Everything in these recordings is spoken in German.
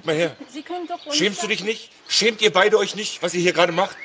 Gib mal her. Sie können doch uns Schämst du dich nicht? Schämt ihr beide euch nicht, was ihr hier gerade macht?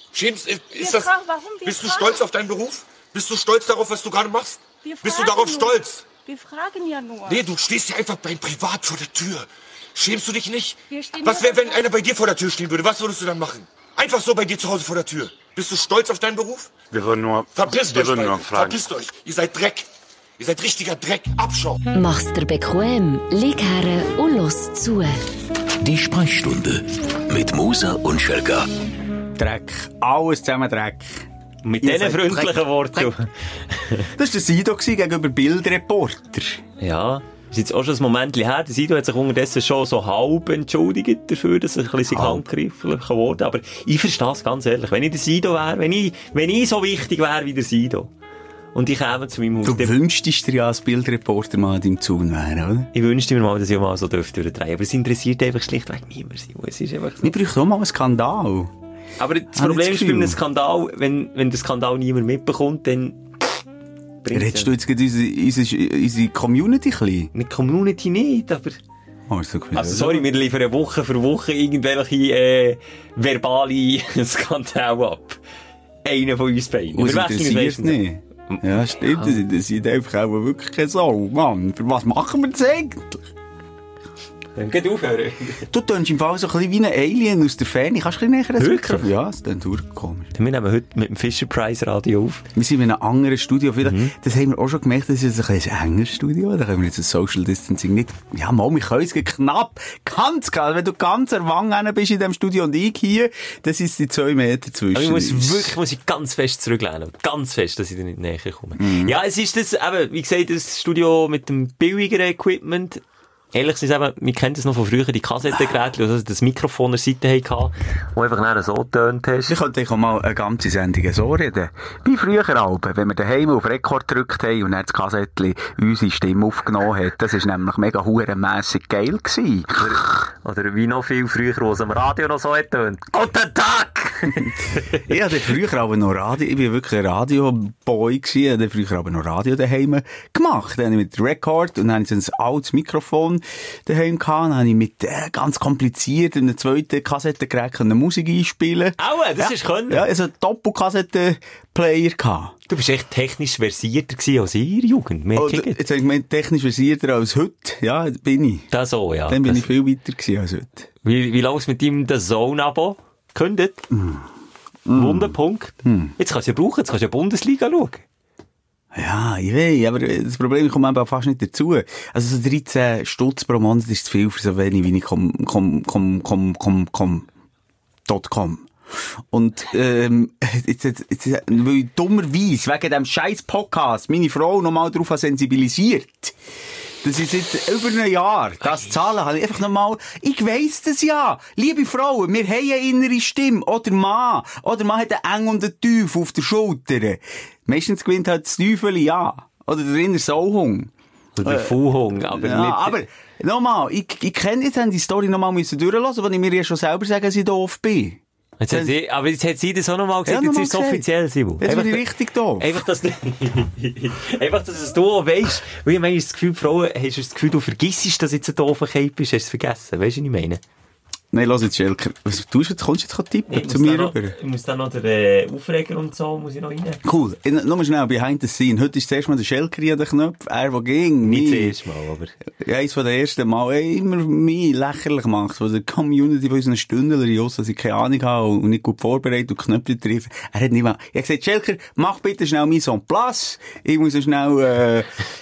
Bist du stolz auf deinen Beruf? Bist du stolz darauf, was du gerade machst? Bist du darauf stolz? Wir fragen ja nur. Nee, du stehst ja einfach beim Privat vor der Tür. Schämst du dich nicht? Was wäre, wenn einer bei dir vor der Tür stehen würde? Was würdest du dann machen? Einfach so bei dir zu Hause vor der Tür. Bist du stolz auf deinen Beruf? Wir würden nur fragen. Verpisst euch. Ihr seid Dreck. Ihr seid richtiger Dreck. Abschau. Mach's dir bequem, lieg her und los zu. Die Sprechstunde mit Musa und Schelka. Dreck. Alles zusammen Dreck. Mit diesen freundlichen Worten. Das war der Sido gegenüber Bildreporter. Ja. Das ist jetzt auch schon ein Moment her. Der Sido hat sich unterdessen schon so halb entschuldigt dafür, dass er ein bisschen handgreiflich geworden ist. Aber ich verstehe es ganz ehrlich. Wenn ich der Sido wäre, wenn ich so wichtig wäre wie der Sido, und ich käme zu meinem Haus... Du wünschst dir ja als Bildreporter mal an deinem Zaun wären, oder? Ich wünschte mir mal, dass ich mal so durchdrehen dürfte. Aber es interessiert einfach schlichtweg niemand. Es ist einfach so. Wir brauchen auch mal einen Skandal. Aber das Problem ist bei einem Skandal, wenn der Skandal niemand mitbekommt, dann... Redest du jetzt gerade unsere Community ein bisschen? Mit Community nicht, aber... Oh, ist so also sorry, wir liefern Woche für Woche irgendwelche verbale Skandale ab. Einer von uns beiden. Und es interessiert nicht. Ja, stimmt, das interessiert einfach auch wirklich keine Sau. Mann, für was machen wir das eigentlich? Dann geht aufhören. Du tönst im Fall so ein bisschen wie ein Alien aus der Ferne. Kannst du ein bisschen näher ans Mikrofon? Ja, das ist dann durchgekommen. Wir nehmen heute mit dem Fisher-Price-Radio auf. Wir sind in einem anderen Studio. Das haben wir auch schon gemerkt, das ist ein enges Studio. Da können wir jetzt das Social Distancing nicht... Ja, mal, wir können es knapp. Ganz klar. Wenn du ganz erwangen bist in diesem Studio und ich hier, das ist die 2 Meter zwischen aber ich muss ich ganz fest zurücklehnen. Ganz fest, dass ich da nicht näher komme. Ja, es ist das, eben, wie gesagt, das Studio mit dem billigeren Equipment. Ehrlich gesagt, wir kennen das noch von früher, die Kassettengeräte, also das Mikrofon an der Seite hatten, wo einfach nachher so getönt hast. Ich könnte auch mal eine ganze Sendung so reden. Wie früher Alben, wenn wir daheim auf Rekord gedrückt haben und dann das Kassettchen unsere Stimme aufgenommen hat. Das war nämlich mega hurenmässig geil gewesen. Oder wie noch viel früher, wo es am Radio noch so getönt. Guten Tag! Ich hatte früher aber noch Radio, ich war wirklich ein Radioboy gewesen, ich hatte früher aber noch Radio daheim gemacht. Dann habe ich mit Rekord und dann habe ich ein altes Mikrofon daheim gehabt, dann habe ich mit ganz kompliziert in einem zweiten Kassettengerät Musik einspielen. Aua, das ist können. Ja, also einen Doppelkassettenplayer gehabt. Du bist echt technisch versierter gewesen als in ihrer Jugend. Jetzt habe ich gemeint, technisch versierter als heute. Ja, bin ich. Das so, ja. Dann bin ich viel weiter gewesen als heute. Wie läuft mit ihm das Zone-Abo? Gekündigt? Wunderpunkt. Jetzt kannst du ja brauchen, jetzt kannst du ja Bundesliga schauen. Ja, ich weiß, aber das Problem, ich komme eben auch fast nicht dazu. Also so 13 Stutz pro Monat ist zu viel für so wenig wie ich .com. Und, jetzt, weil ich dummerweise wegen dem scheiß Podcast meine Frau nochmal darauf sensibilisiert, dass ich seit über einem Jahr das zahlen habe. Einfach nochmal, ich weiss das ja. Liebe Frauen, wir haben eine innere Stimme. Oder Mann. Oder Mann hat einen Engel und einen Teufel auf der Schulter. Meistens gewinnt halt das Teufel, ja. Oder der innere Sauhung. Oder der Fuhung, aber ja, nicht... Aber, nochmal, ich kenne jetzt die Story nochmal durchlassen, weil ich mir ja schon selber sagen, dass ich doof bin. Jetzt hat sie das auch nochmal gesagt, ja, jetzt ist es offiziell, Simon. Jetzt bin ich richtig doof. Einfach, dass es du auch weisst. Weil ich meine, das Gefühl, Frauen, hast du das Gefühl, du vergissest, dass du jetzt ein doofer Kind bist, hast du es vergessen. Weißt du, was ich meine? Nein, lass jetzt, Schelker. Was tust du jetzt? Kommst du jetzt tippen zu mir rüber? Ich muss dann noch den Aufreger und so, muss ich noch rein. Cool. Nur schnell, behind the scene. Heute ist zuerst mal der Schelker an den Knopf. Er, der ging. Nicht das erste Mal, aber... Ja, eins von den ersten Mal. Immer mich lächerlich macht. Von der Community von unseren Stündler, dass ich keine Ahnung habe und nicht gut vorbereitet und Knöpfe treffen. Er hat nicht mal... Ich habe gesagt, Schelker, mach bitte schnell Mise en place. Ich muss so schnell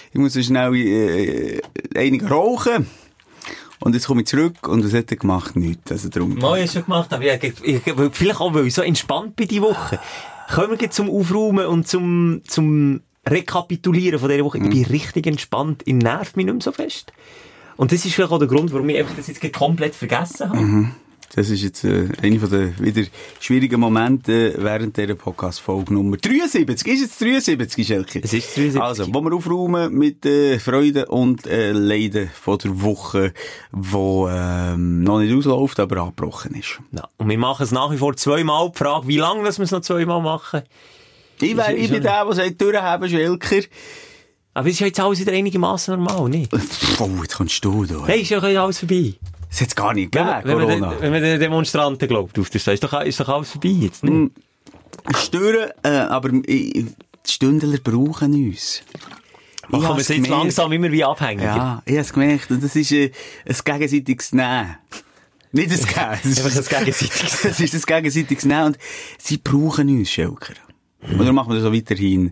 einige rauchen. Und jetzt komme ich zurück und was hat er gemacht? Nichts. Also darum. Mal, ich schon gemacht, aber vielleicht auch, weil ich so entspannt bin die Woche. Kommen wir zum Aufräumen und zum Rekapitulieren von dieser Woche. Ich bin richtig entspannt. Ich nervt mich nicht mehr so fest. Und das ist vielleicht auch der Grund, warum ich einfach das jetzt komplett vergessen habe. Das ist jetzt einer von den wieder schwierigen Momente während dieser Podcast-Folge Nummer 73. Ist jetzt 73, Schelke? Es ist 73. Also, wo wir aufräumen mit Freude und Leiden von der Woche, die noch nicht ausläuft, aber abgebrochen ist. Ja, und wir machen es nach wie vor 2-mal. Die Frage, wie lange müssen wir es noch 2-mal machen? Ich bin der sagt, durchhaben, Schelker. Aber es ist ja jetzt alles wieder einigermaßen normal, nicht? Oh, jetzt kommst du da. Hey, ist ja alles vorbei. Das hat es gar nicht gegeben, Corona. Wenn man den Demonstranten glaubt, ist doch alles vorbei jetzt, ne? Stören, aber die Stündler brauchen uns. Machen wir es jetzt langsam immer wie abhängig. Ja, ich habe es gemerkt. Und das ist ein gegenseitiges Nehmen. Nicht ein Gegenseitiges. Einfach ein gegenseitiges. Das ist ein gegenseitiges Nehmen. Und sie brauchen uns, Schelker. Und dann machen wir das so weiterhin,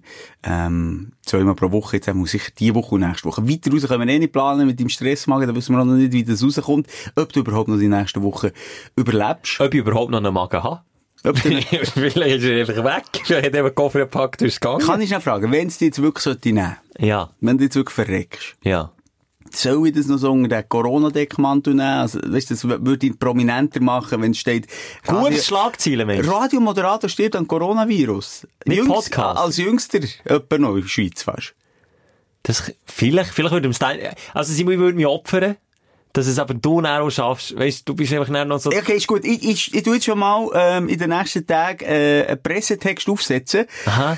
2-mal pro Woche. Jetzt haben wir sicher diese Woche und nächste Woche. Weiter raus können wir nicht planen mit dem Stressmagen. Da wissen wir auch noch nicht, wie das rauskommt. Ob du überhaupt noch die nächste Woche überlebst. Ob ich überhaupt noch einen Magen habe. Vielleicht ist er einfach weg. Er hat eben den Koffer gepackt, ist gegangen. Kann ich noch fragen, wenn es dich jetzt wirklich nehmen sollte? Ja. Wenn du jetzt wirklich verreckst? Ja. Soll ich das noch so unter den Corona-Deckmantel nehmen? Also, weißt du, das würde ihn prominenter machen, wenn es steht... Gutes Schlagzeilen, Mensch. Radiomoderator stirbt an Coronavirus. Mit Podcast. Als jüngster jemand noch in der Schweiz fast. Das, vielleicht würde ihm also Simon, ich würde mich opfern, dass es aber du auch schaffst. Weißt du, bist einfach noch so... Okay, ist gut. Ich tu jetzt schon mal, in den nächsten Tagen, einen Pressetext aufsetzen. Aha.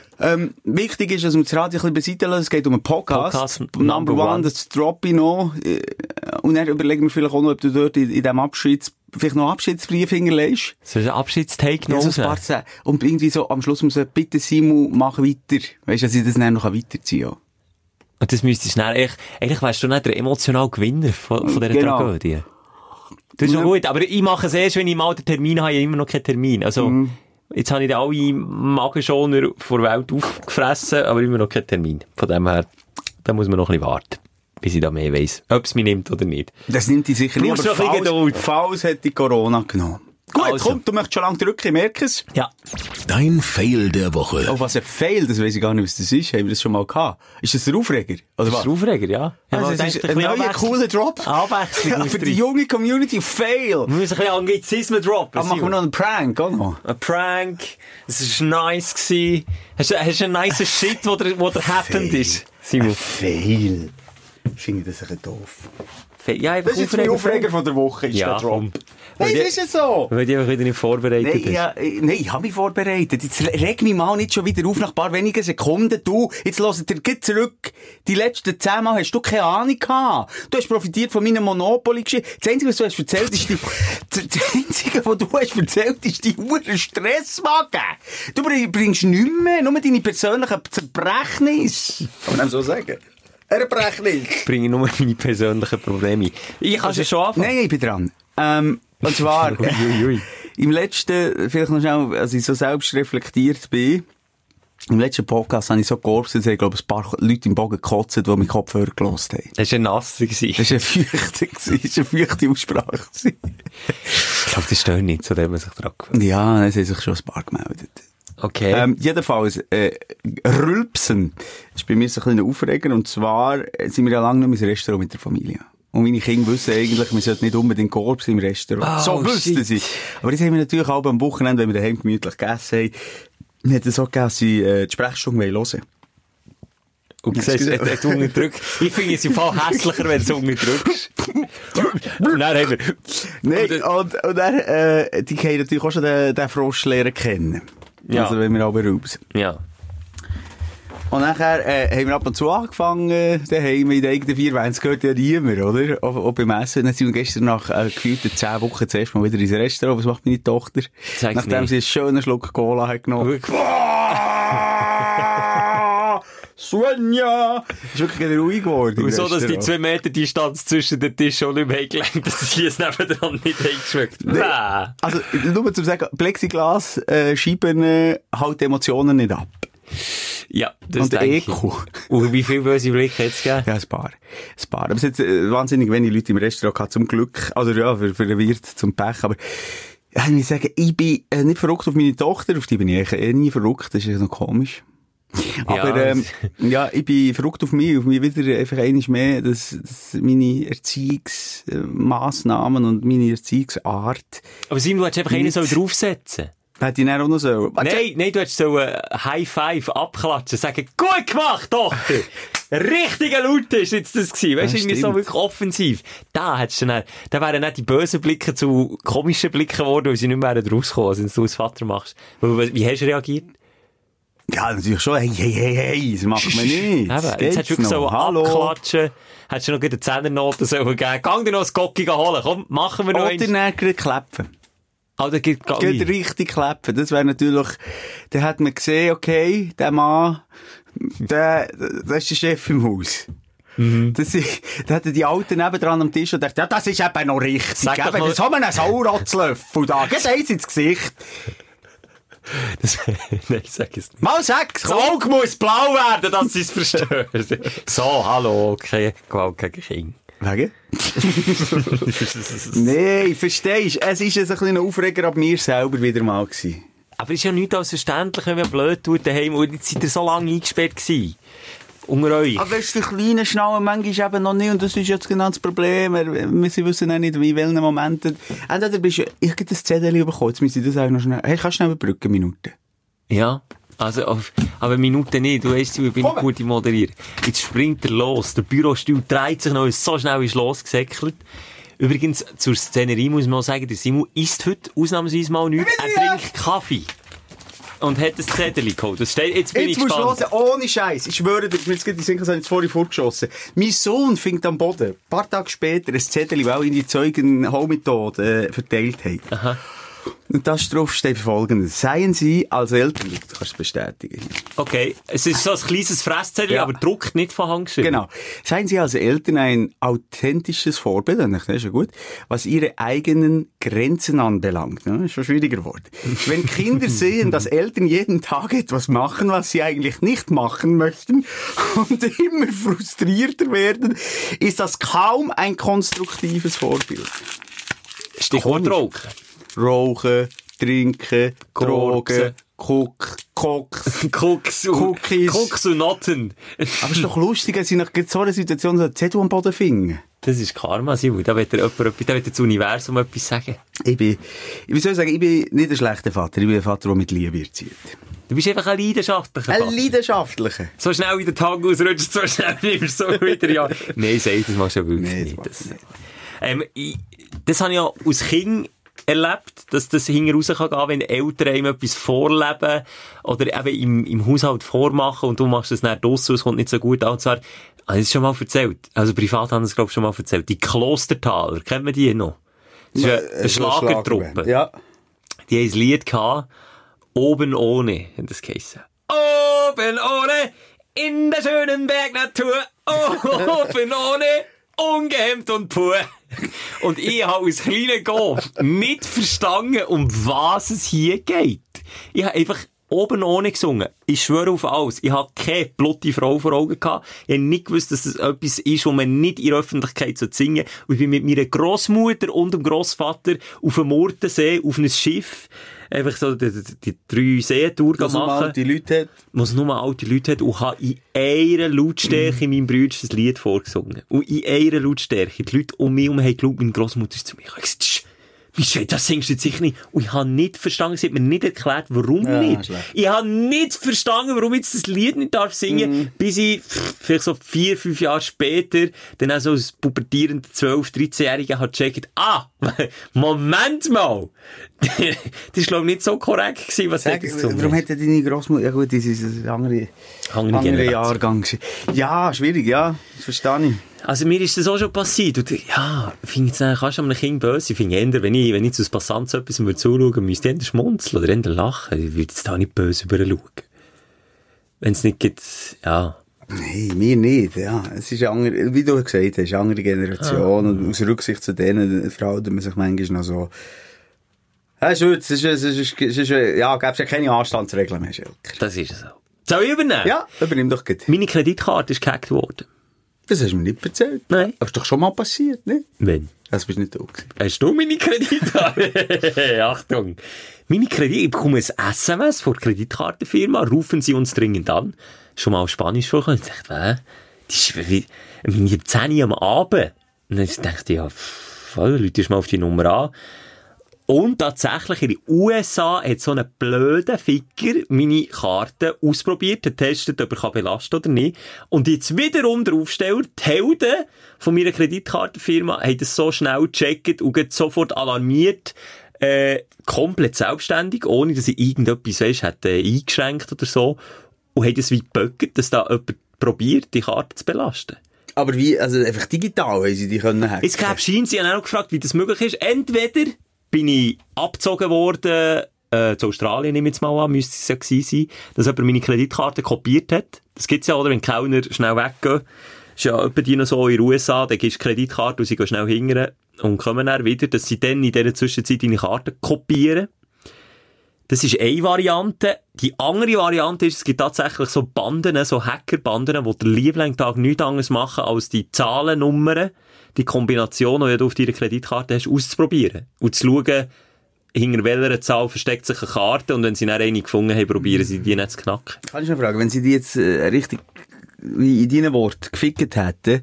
Wichtig ist, dass wir das Radio ein bisschen beiseite lassen. Es geht um einen Podcast. Number one, das droppe ich noch. Und dann überlegen wir vielleicht auch noch, ob du dort in diesem vielleicht noch einen Abschiedsbrief hinterlegst. So ein Abschiedstake noch. Ja, so ein paar und irgendwie so am Schluss muss bitte Simon, mach weiter. Weißt du, dass ich das dann noch weiterziehen kann. Und das müsstest du dann eigentlich wärst du nicht der emotionale Gewinner von dieser Tragödie. Das ist schon gut, aber ich mache es erst, wenn ich mal den Termin habe, ich habe immer noch keinen Termin. Also, jetzt habe ich dann alle Magenschoner vor der Welt aufgefressen, aber immer noch keinen Termin. Von dem her, da muss man noch ein bisschen warten, bis ich da mehr weiss, ob es mich nimmt oder nicht. Das nimmt dich sicher nicht, aber falls hätte ich Corona genommen. Gut, also. Komm, du möchtest schon lange drücken, ich merke es. Ja. Dein Fail der Woche. Oh, was ein Fail, das weiss ich gar nicht, was das ist. Haben wir das schon mal gehabt? Ist das der Aufreger? Oder das ist der Aufreger, ja. Also das ist ein neuer, cooler Drop. Abwechslung. Für die junge Community, Fail. Wir müssen ein bisschen Anglizismen droppen. Aber machen wir noch einen Prank, auch noch? Ein Prank. Es war nice gewesen. Hast du einen nice Shit, wo der happened ist? Simon. Fail. Ich finde das ein bisschen doof. Ja, das ist jetzt mein Aufreger von der Woche, ist der Drop. Nein, das ist es so. Weil die einfach wieder nicht vorbereitet ist. Nein, ich habe mich vorbereitet. Jetzt reg mich mal nicht schon wieder auf nach ein paar wenigen Sekunden. Du, jetzt hört dir zurück. Die letzten 10 Mal hast du keine Ahnung gehabt. Du hast profitiert von meiner Monopoly-Geschichte. Das Einzige, was du hast erzählt, ist die hure Stressmagen. Du bringst nichts mehr, nur deine persönlichen Zerbrechnis. Kann man dem so sagen? Ich bringe nur meine persönlichen Probleme. Ich kann schon anfangen. Nein, ich bin dran. Und zwar, im letzten, vielleicht noch schnell, als ich so selbst reflektiert bin, im letzten Podcast habe ich so georbt, dass ich glaube, ein paar Leute im Bogen gekotzt, die meinen Kopfhörer gehört haben. Das war ein Nasser. Das war eine feuchte Aussprache. Ich glaube, das stört nicht, zu dem man sich dran gewöhnt. Ja, es haben sich schon ein paar gemeldet. Okay. Jedenfalls, Rülpsen ist bei mir so ein kleiner Aufreger, und zwar sind wir ja lange nicht im Restaurant mit der Familie. Und meine Kinder wissen eigentlich, wir sollten nicht unbedingt Korb im Restaurant. So wüssten sie. Aber das haben wir natürlich auch am Wochenende, wenn wir daheim gemütlich gegessen haben, wir hätten so gegessen, die Sprechstunde hören. Und du siehst, er unterdrückt. Ich finde es im Fall hässlicher, wenn du es unterdrückst. Und dann haben wir... Nein, und dann, die können natürlich auch schon den Frosch lernen kennen. Ja. Also wenn wir aber raus. Ja. Und nachher haben wir ab und zu angefangen, daheim in den eigenen 4 Wände. Das gehört ja niemand, oder? Auch beim Essen. Dann sind wir gestern nach gefühlten 10 Wochen zuerst mal wieder ins Restaurant. Was macht meine Tochter? Nachdem sie einen schönen Schluck Cola hat genommen. Svenja! Ist wirklich ruhig geworden. Und so, dass die 2 Meter Distanz zwischen den Tischen auch nicht mehr gelenkt, dass sie es nebendran nicht eingeschmeckt. Nee. Also, nur zu sagen, Plexiglas, Scheiben, halt Emotionen nicht ab. Ja, das und denke Eco. Ich. Und wie viele böse Blicke hat es gegeben? Ja, ein paar. Aber es hat wahnsinnig wenige Leute im Restaurant gehabt, zum Glück. Also ja, für den Wirt, zum Pech. Aber ich muss sagen, ich bin nicht verrückt auf meine Tochter, auf die bin ich nie verrückt. Das ist ja noch komisch. Aber ja, ich bin verrückt auf mich wieder einfach einiges mehr, dass meine Erziehungsmaßnahmen und meine Erziehungsart... Aber Simon, du hättest einfach einen so draufsetzen. Hätte ich dann auch noch so... Nein, du hättest so High Five abklatschen, sagen, gut gemacht, Tochter! Richtiger Laut ist jetzt das gewesen. Weißt du, irgendwie so wirklich offensiv. Da wären nicht die bösen Blicke zu komischen Blicken geworden, weil sie nicht mehr rauskommen, als du als Vater machst. Wie hast du reagiert? Ja, natürlich schon. Hey, das macht man nicht. Eben, jetzt hättest du wirklich so abklatschen. Hättest du noch eine Zehnernote geben. Gang dir noch ein Gocki holen. Komm, machen wir noch eins. Oder näher klepfen. Alter, geht richtig klepfen. Das wäre natürlich, da hat man gesehen, okay, der Mann, der ist der Chef im Haus. Mhm. Da hatten die Alten nebendran am Tisch und dachten, ja, das ist eben noch richtig. Jetzt haben wir einen Sauratzlöffel da. Geht eins ins Gesicht. Nein, sag es nicht. Mal sag's! Das Auge muss blau werden, dass sie es verstehen. So, hallo, okay, Gewalt gegen Kinder. Wegen? Nein, verstehst du? Es ist ein bisschen ein Aufreger ab mir selber wieder mal gewesen. Aber es ist ja nichts als verständlich, wenn man blöd tut daheim. Und jetzt seid ihr so lange eingesperrt gewesen. Unter euch. Aber weißt du, die kleinen Schnallen manchmal eben noch nicht. Und das ist jetzt genau das Problem. Wir wissen auch nicht, in welchen Momenten. Entweder bist du, ich habe das Zettel bekommen. Jetzt müssen das auch noch schnell. Hey, kannst du schnell überbrücken, Minuten? Ja. Also, aber Minuten nicht. Du weißt, ich bin gut im Moderieren. Jetzt springt er los. Der Bürostuhl dreht sich noch, so schnell ist losgesäckelt. Übrigens, zur Szenerie muss man auch sagen, der Simon isst heute ausnahmsweise mal nichts. Er trinkt Kaffee. Und hat das Zettel geholt. Jetzt bin ich gespannt. Jetzt musst du hören, ohne Scheiß. Ich schwöre dir, jetzt geht die Sinken, jetzt vorhin vorgeschossen. Mein Sohn fängt am Boden, ein paar Tage später, ein Zettel, weil ihn die Zeugen-Home-Methode verteilt haben. Aha. Und das drauf steht Folgendes. Seien Sie als Eltern, du kannst es bestätigen. Okay. Es ist so ein kleines Fresszettel, aber druckt nicht von Hand geschrieben. Genau. Seien Sie als Eltern ein authentisches Vorbild, das ist ja gut, was Ihre eigenen Grenzen anbelangt. Das ist schon schwieriger geworden. Wenn Kinder sehen, dass Eltern jeden Tag etwas machen, was sie eigentlich nicht machen möchten und immer frustrierter werden, ist das kaum ein konstruktives Vorbild. Stichwort Rauchen. Rauchen, trinken, Drogen, Koks, Cookies. Koks und Noten. Aber es ist doch lustig, dass ich nach so einer Situation so einen Zettel am Boden finde. Das ist Karma, Simon. Da wird das Universum etwas sagen. Ich bin nicht ein schlechter Vater. Ich bin ein Vater, der mit Liebe erzieht. Du bist einfach ein leidenschaftlicher Vater. Ein leidenschaftlicher. So schnell wie der Tag ausrutscht, so schnell nimmst du so wieder, ja. Nein, sag, das machst du ja wirklich nicht. Das habe ich ja als Kind erlebt, dass das hinten raus kann gehen, wenn Eltern einem etwas vorleben oder eben im Haushalt vormachen und du machst das dann draussen, es kommt nicht so gut an. Und zwar, habe ich das schon mal erzählt, also privat haben das glaube ich schon mal erzählt, die Klostertaler, kennt man die noch? Das ist eine Schlagertruppe. Ja. Die haben ein Lied gehabt, Oben ohne, hat das geheissen. Oben ohne, in der schönen Bergnatur, oben ohne, ungehemmt und pur. Und ich habe als kleiner Go nicht verstanden, um was es hier geht. Ich habe einfach oben ohne gesungen. Ich schwöre auf alles. Ich habe keine blutige Frau vor Augen gehabt. Ich habe nicht gewusst, dass das etwas ist, wo man nicht in der Öffentlichkeit singen soll. Und ich bin mit meiner Grossmutter und dem Grossvater auf dem Murtensee, auf einem Schiff, einfach so die 3 Seetour machen. Was nur alte Leute hat. Und habe in einer Lautstärke meinem Bruder das Lied vorgesungen. Und in einer Lautstärke. Die Leute um mich herum haben geglaubt, meine Grossmutter ist zu mir. Ich habe gesagt, Michel, das singst du jetzt sicher nicht. Und ich habe nicht verstanden, sie hat mir nicht erklärt, warum nicht. Schlecht. Ich habe nicht verstanden, warum ich jetzt das Lied nicht singen darf, bis ich, vielleicht so 4-5 Jahre später, dann auch so als pubertierender 12-, 13-Jähriger hat gecheckt, Moment mal! Das war, glaube ich, nicht so korrekt gewesen, was er gesungen hat. Warum hätte deine Grossmutter, ja gut, das ist ein anderer Jahrgang. Ja, schwierig, ja, das verstehe ich. Also mir ist das auch schon passiert. Und ja, kannst du einem Kind böse? Ich finde eher, wenn ich zu Passant so etwas zuschauen müsste ich eher schmunzeln oder eher lachen. Ich würde jetzt da nicht böse über schauen. Wenn es nicht gibt, ja. Nein, mir nicht, ja. Es ist eine andere, wie du gesagt hast, eine andere Generation. Und aus Rücksicht zu denen verhält man sich manchmal noch so. Es ist ja, gäbe es ja keine Anstandsregeln mehr, Schelker. Das ist so. Soll ich übernehmen? Ja, übernimm doch gut. Meine Kreditkarte ist gehackt worden. Das hast du mir nicht erzählt. Nein. Aber ist doch schon mal passiert, ne? Wenn? Das bist nicht du gewesen. Hast du meine Kreditkarte? Achtung. Ich bekomme ein SMS von der Kreditkartenfirma. Rufen Sie uns dringend an. Schon mal auf Spanisch vorgekommen. Ich dachte, das ist wie meine 10 Uhr am Abend. Und dann dachte ich, ja, Leute, mal auf die Nummer an. Und tatsächlich in den USA hat so einen blöden Ficker meine Karte ausprobiert, getestet, ob er belasten kann oder nicht. Und jetzt wiederum draufstellen, die Helden von meiner Kreditkartenfirma haben das so schnell gecheckt und sofort alarmiert, komplett selbstständig, ohne dass ich irgendetwas, weisst, hätte eingeschränkt oder so. Und haben das wie geböckert, dass da jemand probiert, die Karte zu belasten. Aber wie, also einfach digital haben sie die können hacken? Jetzt glaube ich, sie haben auch gefragt, wie das möglich ist. Entweder bin ich abgezogen worden, zu Australien nehme ich jetzt mal an, müsste es ja gewesen sein, dass jemand meine Kreditkarte kopiert hat. Das gibt's ja, oder? Wenn die Kellner schnell weggehen. Ist ja etwa die noch so in den USA, dann gibst du Kreditkarte und sie gehen schnell hingern und kommen dann wieder, dass sie dann in dieser Zwischenzeit deine Karte kopieren. Das ist eine Variante. Die andere Variante ist, es gibt tatsächlich so Banden, so Hackerbanden, die der lieben Tag nichts anderes machen, als die Zahlennummern, die Kombination, die du auf deiner Kreditkarte hast, auszuprobieren. Und zu schauen, hinter welcher Zahl versteckt sich eine Karte, und wenn sie dann eine gefunden haben, probieren sie die nicht zu knacken. Kann ich noch fragen, wenn sie die jetzt richtig, wie in deinen Worten, gefickt hätten,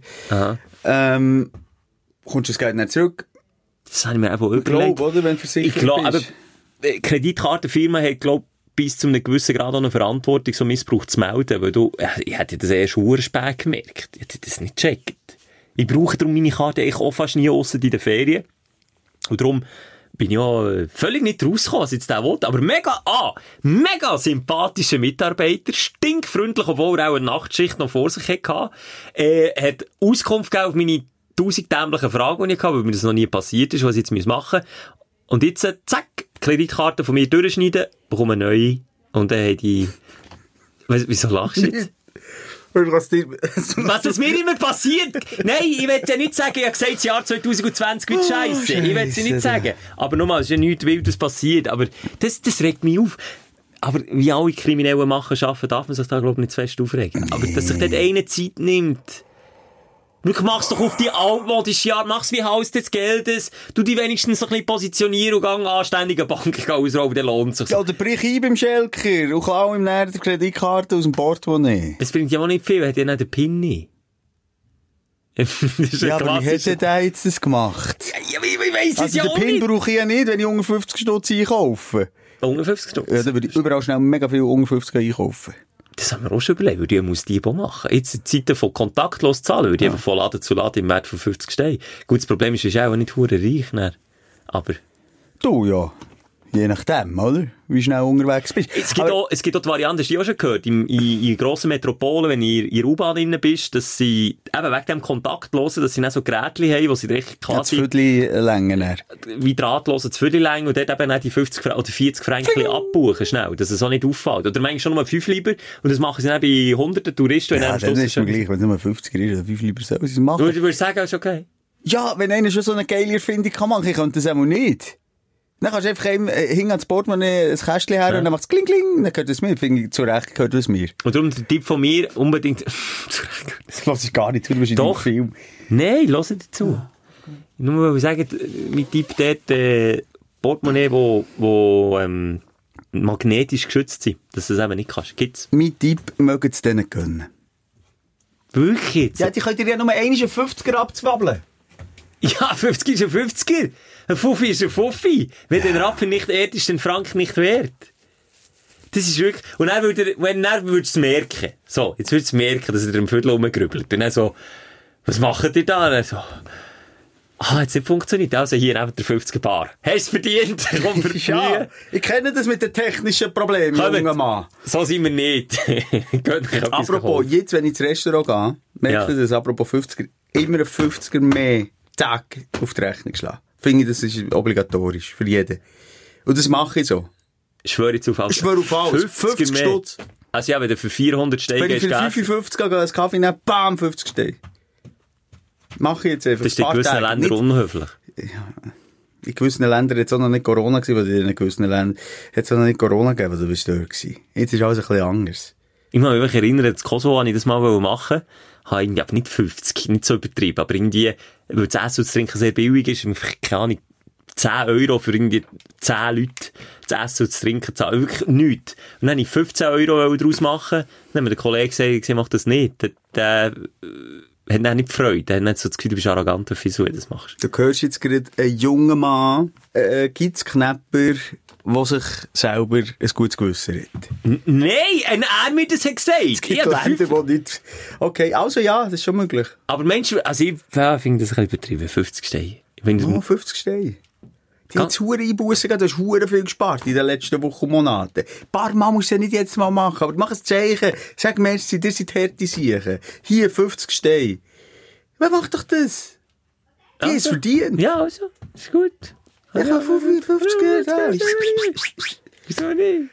kommst du das Geld nicht zurück? Das habe ich mir einfach überlegt. Ich glaube, oder, wenn du versichert bist. Aber die Kreditkartenfirma hat, glaube ich, bis zu einem gewissen Grad auch eine Verantwortung, so Missbrauch zu melden, weil ich hätte das erst spät gemerkt. Ich hätte das nicht gecheckt. Ich brauche darum meine Karte eigentlich auch fast nie ausser in den Ferien. Und darum bin ich auch völlig nicht rausgekommen, was ich jetzt da wollte. Aber mega sympathischer Mitarbeiter, stinkfreundlich, obwohl er auch eine Nachtschicht noch vor sich hatte, hat Auskunft gegeben auf meine 1000 dämlichen Fragen, die ich hatte, weil mir das noch nie passiert ist, was ich jetzt machen muss. Und jetzt, zack, Kreditkarte von mir durchschneiden, bekomme eine neue, und dann haben die... Wieso lachst du jetzt? Was mir immer passiert? Nein, ich will ja nicht sagen, ich habe gesagt, das Jahr 2020 wird scheisse. Ich will es nicht sagen. Aber nochmal, es ist ja nichts Wildes passiert. Aber das regt mich auf. Aber wie alle kriminellen Machenschaften darf man sich da, glaube ich, nicht zu fest aufregen. Aber dass sich dort eine Zeit nimmt. Mach's doch auf die altmodische Art, mach's wie Haus des Geldes, du die wenigstens noch ein bisschen positionieren und gang anständige Bank ausrauben, dann lohnt sich. Ja, oder brich ein beim Schelker und klau ihm näher die Kreditkarte aus dem Portemonnaie. Das bringt ja auch nicht viel, er hat ja nicht den PIN nicht. Ja, aber wie hätte der jetzt das gemacht? Ja, ich weiss es ja auch nicht. Den PIN brauche ich ja nicht, wenn ich unter 50 Stutz einkaufe. Unter 50 Stutz? Ja, dann würde ich überall schnell mega viel unter 50 einkaufen. Das haben wir auch schon überlegt, würde ich muss die machen. Jetzt in Zeiten von kontaktlos zahlen, würde ich einfach von Laden zu Laden im Wert von 50 Steine. Gut, das Problem ist, du bist auch nicht verdammt reich, ne? Aber... Du, ja. Je nachdem, oder? Wie schnell unterwegs bist. Es gibt auch die Variante, die ich auch schon gehört, in grossen Metropolen, wenn du in der U-Bahn drin bist, dass sie eben wegen dem kontaktlosen, dass sie dann so Gerätchen haben, wo sie richtig quasi... Ja, das Viertel-Länge. Wie drahtlos das Viertel-Länge und dort eben auch die 50 oder 40 Franken abbuchen schnell, dass es auch nicht auffällt. Oder manchmal schon nur 5 lieber, und das machen sie dann bei hunderten Touristen. Ja, dann ist mir gleich, wenn es nur 50 ist, oder 5 lieber sollen sie es machen. Du würdest sagen, ist okay? Ja, wenn einer schon so eine geile Erfindung kann machen, ich könnte das auch nicht. Dann kannst du einfach hinten ans Portemonnaie ein Kästchen her, und dann macht es kling, kling, dann gehört es mir. Finde ich, zu Recht gehört es mir. Und darum der Tipp von mir, unbedingt... Das lasse ich gar nicht zu, du bist in deinem Film. Nein, lass dazu. Nur weil ich sage, mein Tipp dort, Portemonnaie, wo magnetisch geschützt sind, dass du das eben nicht kannst. Gibt's? Mein Tipp, mögen es denen gönnen. Wirklich jetzt? Ja, die könnt ihr ja nur einmal einen 50er abzwabbeln. Ja, 50 ist ein 50er. Ein Fuffi ist ein Fuffi. Wenn der Rapper nicht ehrt, ist, den Frank nicht wert. Das ist wirklich... Und dann würdest du es merken. So, jetzt würdest du merken, dass er im Viertel rumgrübelt. Und dann so, was macht ihr da? Und dann so, jetzt nicht funktioniert. Also hier neben der 50er Bar. Hast du es verdient? Komm, ja, ich kenne das mit den technischen Problemen, junger Mann. So sind wir nicht. Apropos, jetzt, wenn ich ins Restaurant gehe, merke ich das, apropos 50er, immer ein 50er mehr Tag auf die Rechnung schlagen. Finde ich, das ist obligatorisch für jeden. Und das mache ich so. Schwöre jetzt auf alles. Schwöre auf alles. 50 Stutz. Also ja, wenn du für 400 Steine gehst, wenn ich für 55 gehe, einen Kaffee nehmen, bam, 50 Steine. Mache ich jetzt einfach. Das ist in gewissen Ländern unhöflich. Ja. In gewissen Ländern hat es auch noch nicht Corona gegeben, weil in gewissen Ländern hat es auch noch nicht Corona gegeben, also bist du dort gewesen. Jetzt ist alles ein bisschen anders. Ich muss mich erinnern, in Kosovo habe ich das mal machen. Habe irgendwie, aber nicht 50, nicht so übertrieben, aber irgendwie, weil das Essen und das Trinken sehr billig ist, keine Ahnung, 10 € für irgendwie 10 Leute das Essen und das Trinken zahlen. Wirklich nichts. Und dann habe ich 15 € daraus machen. Dann hat mir der Kollege gesagt, ich mache das nicht. Der hat dann nicht Freude. Der hat nicht so das Gefühl, du bist arrogant, wieso du das machst. Du hörst jetzt gerade einen jungen Mann, Gitzknäpper, der sich selber ein gutes Gewissen hat. Nein, er mir das hat gesagt. Es gibt Länder, wo nicht... Okay, also ja, das ist schon möglich. Aber Menschen, also ich finde das ein bisschen übertrieben, 50 Steine. 50 Steine. Die haben hure Einbussen gegeben, du hast hure viel gespart in den letzten Wochen und Monaten. Ein paar Mal musst du ja nicht jetzt mal machen, aber mach ein Zeichen. Sag merci, dir sind harte Siechen. Hier, 50 Steine. Wer macht doch das? Die haben es verdient. Ja, also, ist gut. Ich habe 50 Geld. Wieso nicht?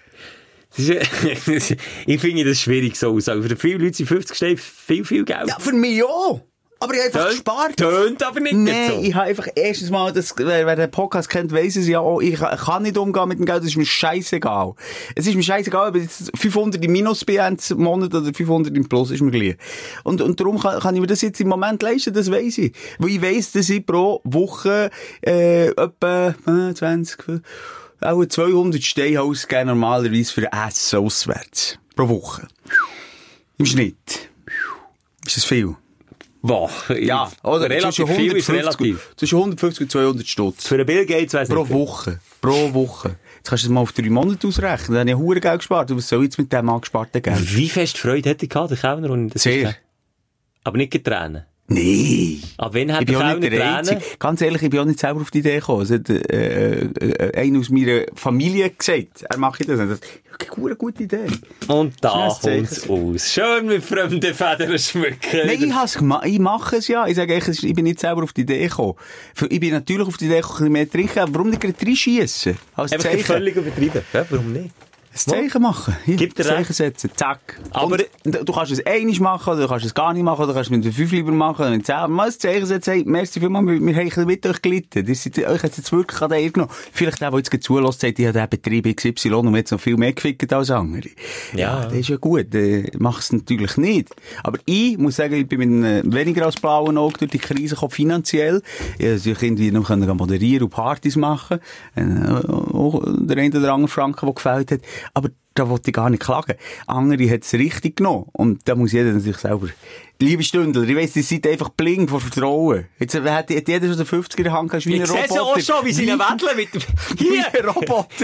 Ich finde das schwierig so aussagen. Für viele Leute sind 50 Steine viel Geld. Ja, für mich auch. Aber ich habe einfach gespart. Tönt aber nicht so. Ich habe einfach erstens mal, wer den Podcast kennt, weiss es ja auch, ich kann nicht umgehen mit dem Geld, das ist mir scheissegal. Es ist mir scheissegal, ob ich jetzt 500 im Minus bin im Monat oder 500 im Plus, ist mir gleich. Und darum kann ich mir das jetzt im Moment leisten, das weiss ich. Weil ich weiss, dass ich pro Woche etwa 20... auch 200 Steine ausgeben, normalerweise für Essen auswärts. Pro Woche. Im Schnitt. Ist das viel? Boah, ja, oder? Relativ viel ist relativ. Zwischen 150 und 200 Stutz. Für einen Bill Gates weiss Pro Woche. Pro Woche. Jetzt kannst du das mal auf 3 Monate ausrechnen. Dann habe ich hure Geld gespart. Was soll ich jetzt mit dem angesparten Geld? Wie fest Freude hätte ich gehabt, der Kellner? Sehr. Aber nicht getränen. Nee. Aber wenn hat der Kellner Tränen? Ganz ehrlich, ich bin auch nicht selber auf die Idee gekommen. Es hat einer aus meiner Familie gesagt, er mache das. Das ist eine gute Idee. Und da kommt es aus. Schön mit fremden Federn schmücken. Nein, ich mache es ja. Ich sage echt, ich bin nicht selber auf die Idee gekommen. Ich bin natürlich auf die Idee gekommen, ein bisschen mehr trinken. Aber warum nicht gerade reinschiessen? Als Zeichen. Einfach völlig übertrieben. Ja, warum nicht? Ein Zeichen machen. Hier, Gib dir Zeichen setzen. Zack. Aber du kannst es einmal machen, oder du kannst es gar nicht machen, oder du kannst es mit 5 lieber machen, mit 10. Mal ein Zeichen setzen. Hey, merci vielmals, wir haben ein bisschen mit euch gelitten. Euch hat es jetzt wirklich an den genommen. Vielleicht der jetzt zulässt, sagt, ich habe den Betrieb XY und jetzt noch viel mehr gefickt als andere. Ja, das ist ja gut. Mach es natürlich nicht. Aber ich muss sagen, ich bin mit weniger als blauen Auge durch die Krise gekommen, finanziell. Ich konnte irgendwie noch moderieren und Partys machen. Auch der eine oder andere Franken, der gefällt hat. Aber da wollte ich gar nicht klagen. Andere hat es richtig genommen. Und da muss jeder natürlich selber... Liebe Stündler, ich weiss, die seid einfach bling vor Vertrauen. Jetzt hat jeder schon den 50er in der Hand, wie ein Roboter. Ich sehe auch schon, wie sie ihn weddeln mit dem... Wie ein Roboter.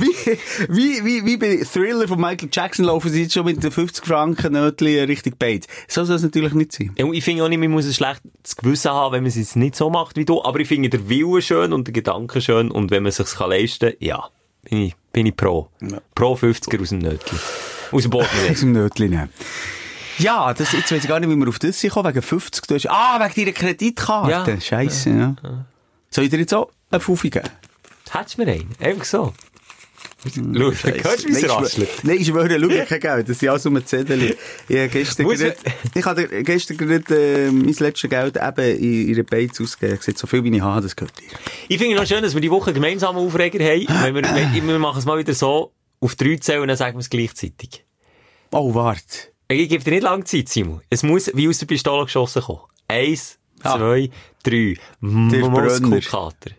Wie bei Thriller von Michael Jackson laufen sie jetzt schon mit den 50 Franken Nötchen richtig Bait. So soll es natürlich nicht sein. Ich finde auch nicht, man muss ein schlechtes Gewissen haben, wenn man es jetzt nicht so macht wie du. Aber ich finde den Willen schön und den Gedanken schön. Und wenn man es sich leisten kann, ja, bin ich pro. Ja. Pro 50er aus dem Nötchen. Aus dem Portemonnaie. Aus dem Nötchen nehmen. Ja, jetzt weiss ich gar nicht, wie wir auf das kommen, wegen 50. Du hast, wegen deiner Kreditkarte. Ja. Scheisse, ja. Soll ich dir jetzt auch einen Fuffi geben? Hättest du mir einen? Einfach so. Schau, hörst du, wie es raschelt? Nein, ich schwöre, schau, kein Geld. Das sind alles um ein Zettel. Ich habe gestern gerade mein letztes Geld eben in ihre Beiz ausgegeben. Ich sehe, so viel wie ich habe, das gehört dir. Ich finde noch schön, dass wir die Woche gemeinsam Aufreger haben. Wir machen es mal wieder so, auf 3 zählen und dann sagen wir es gleichzeitig. Oh, warte. Ich gebe dir nicht lange Zeit, Simon. Es muss wie aus der Pistole geschossen kommen. 1, 2, 3. Muskelkater.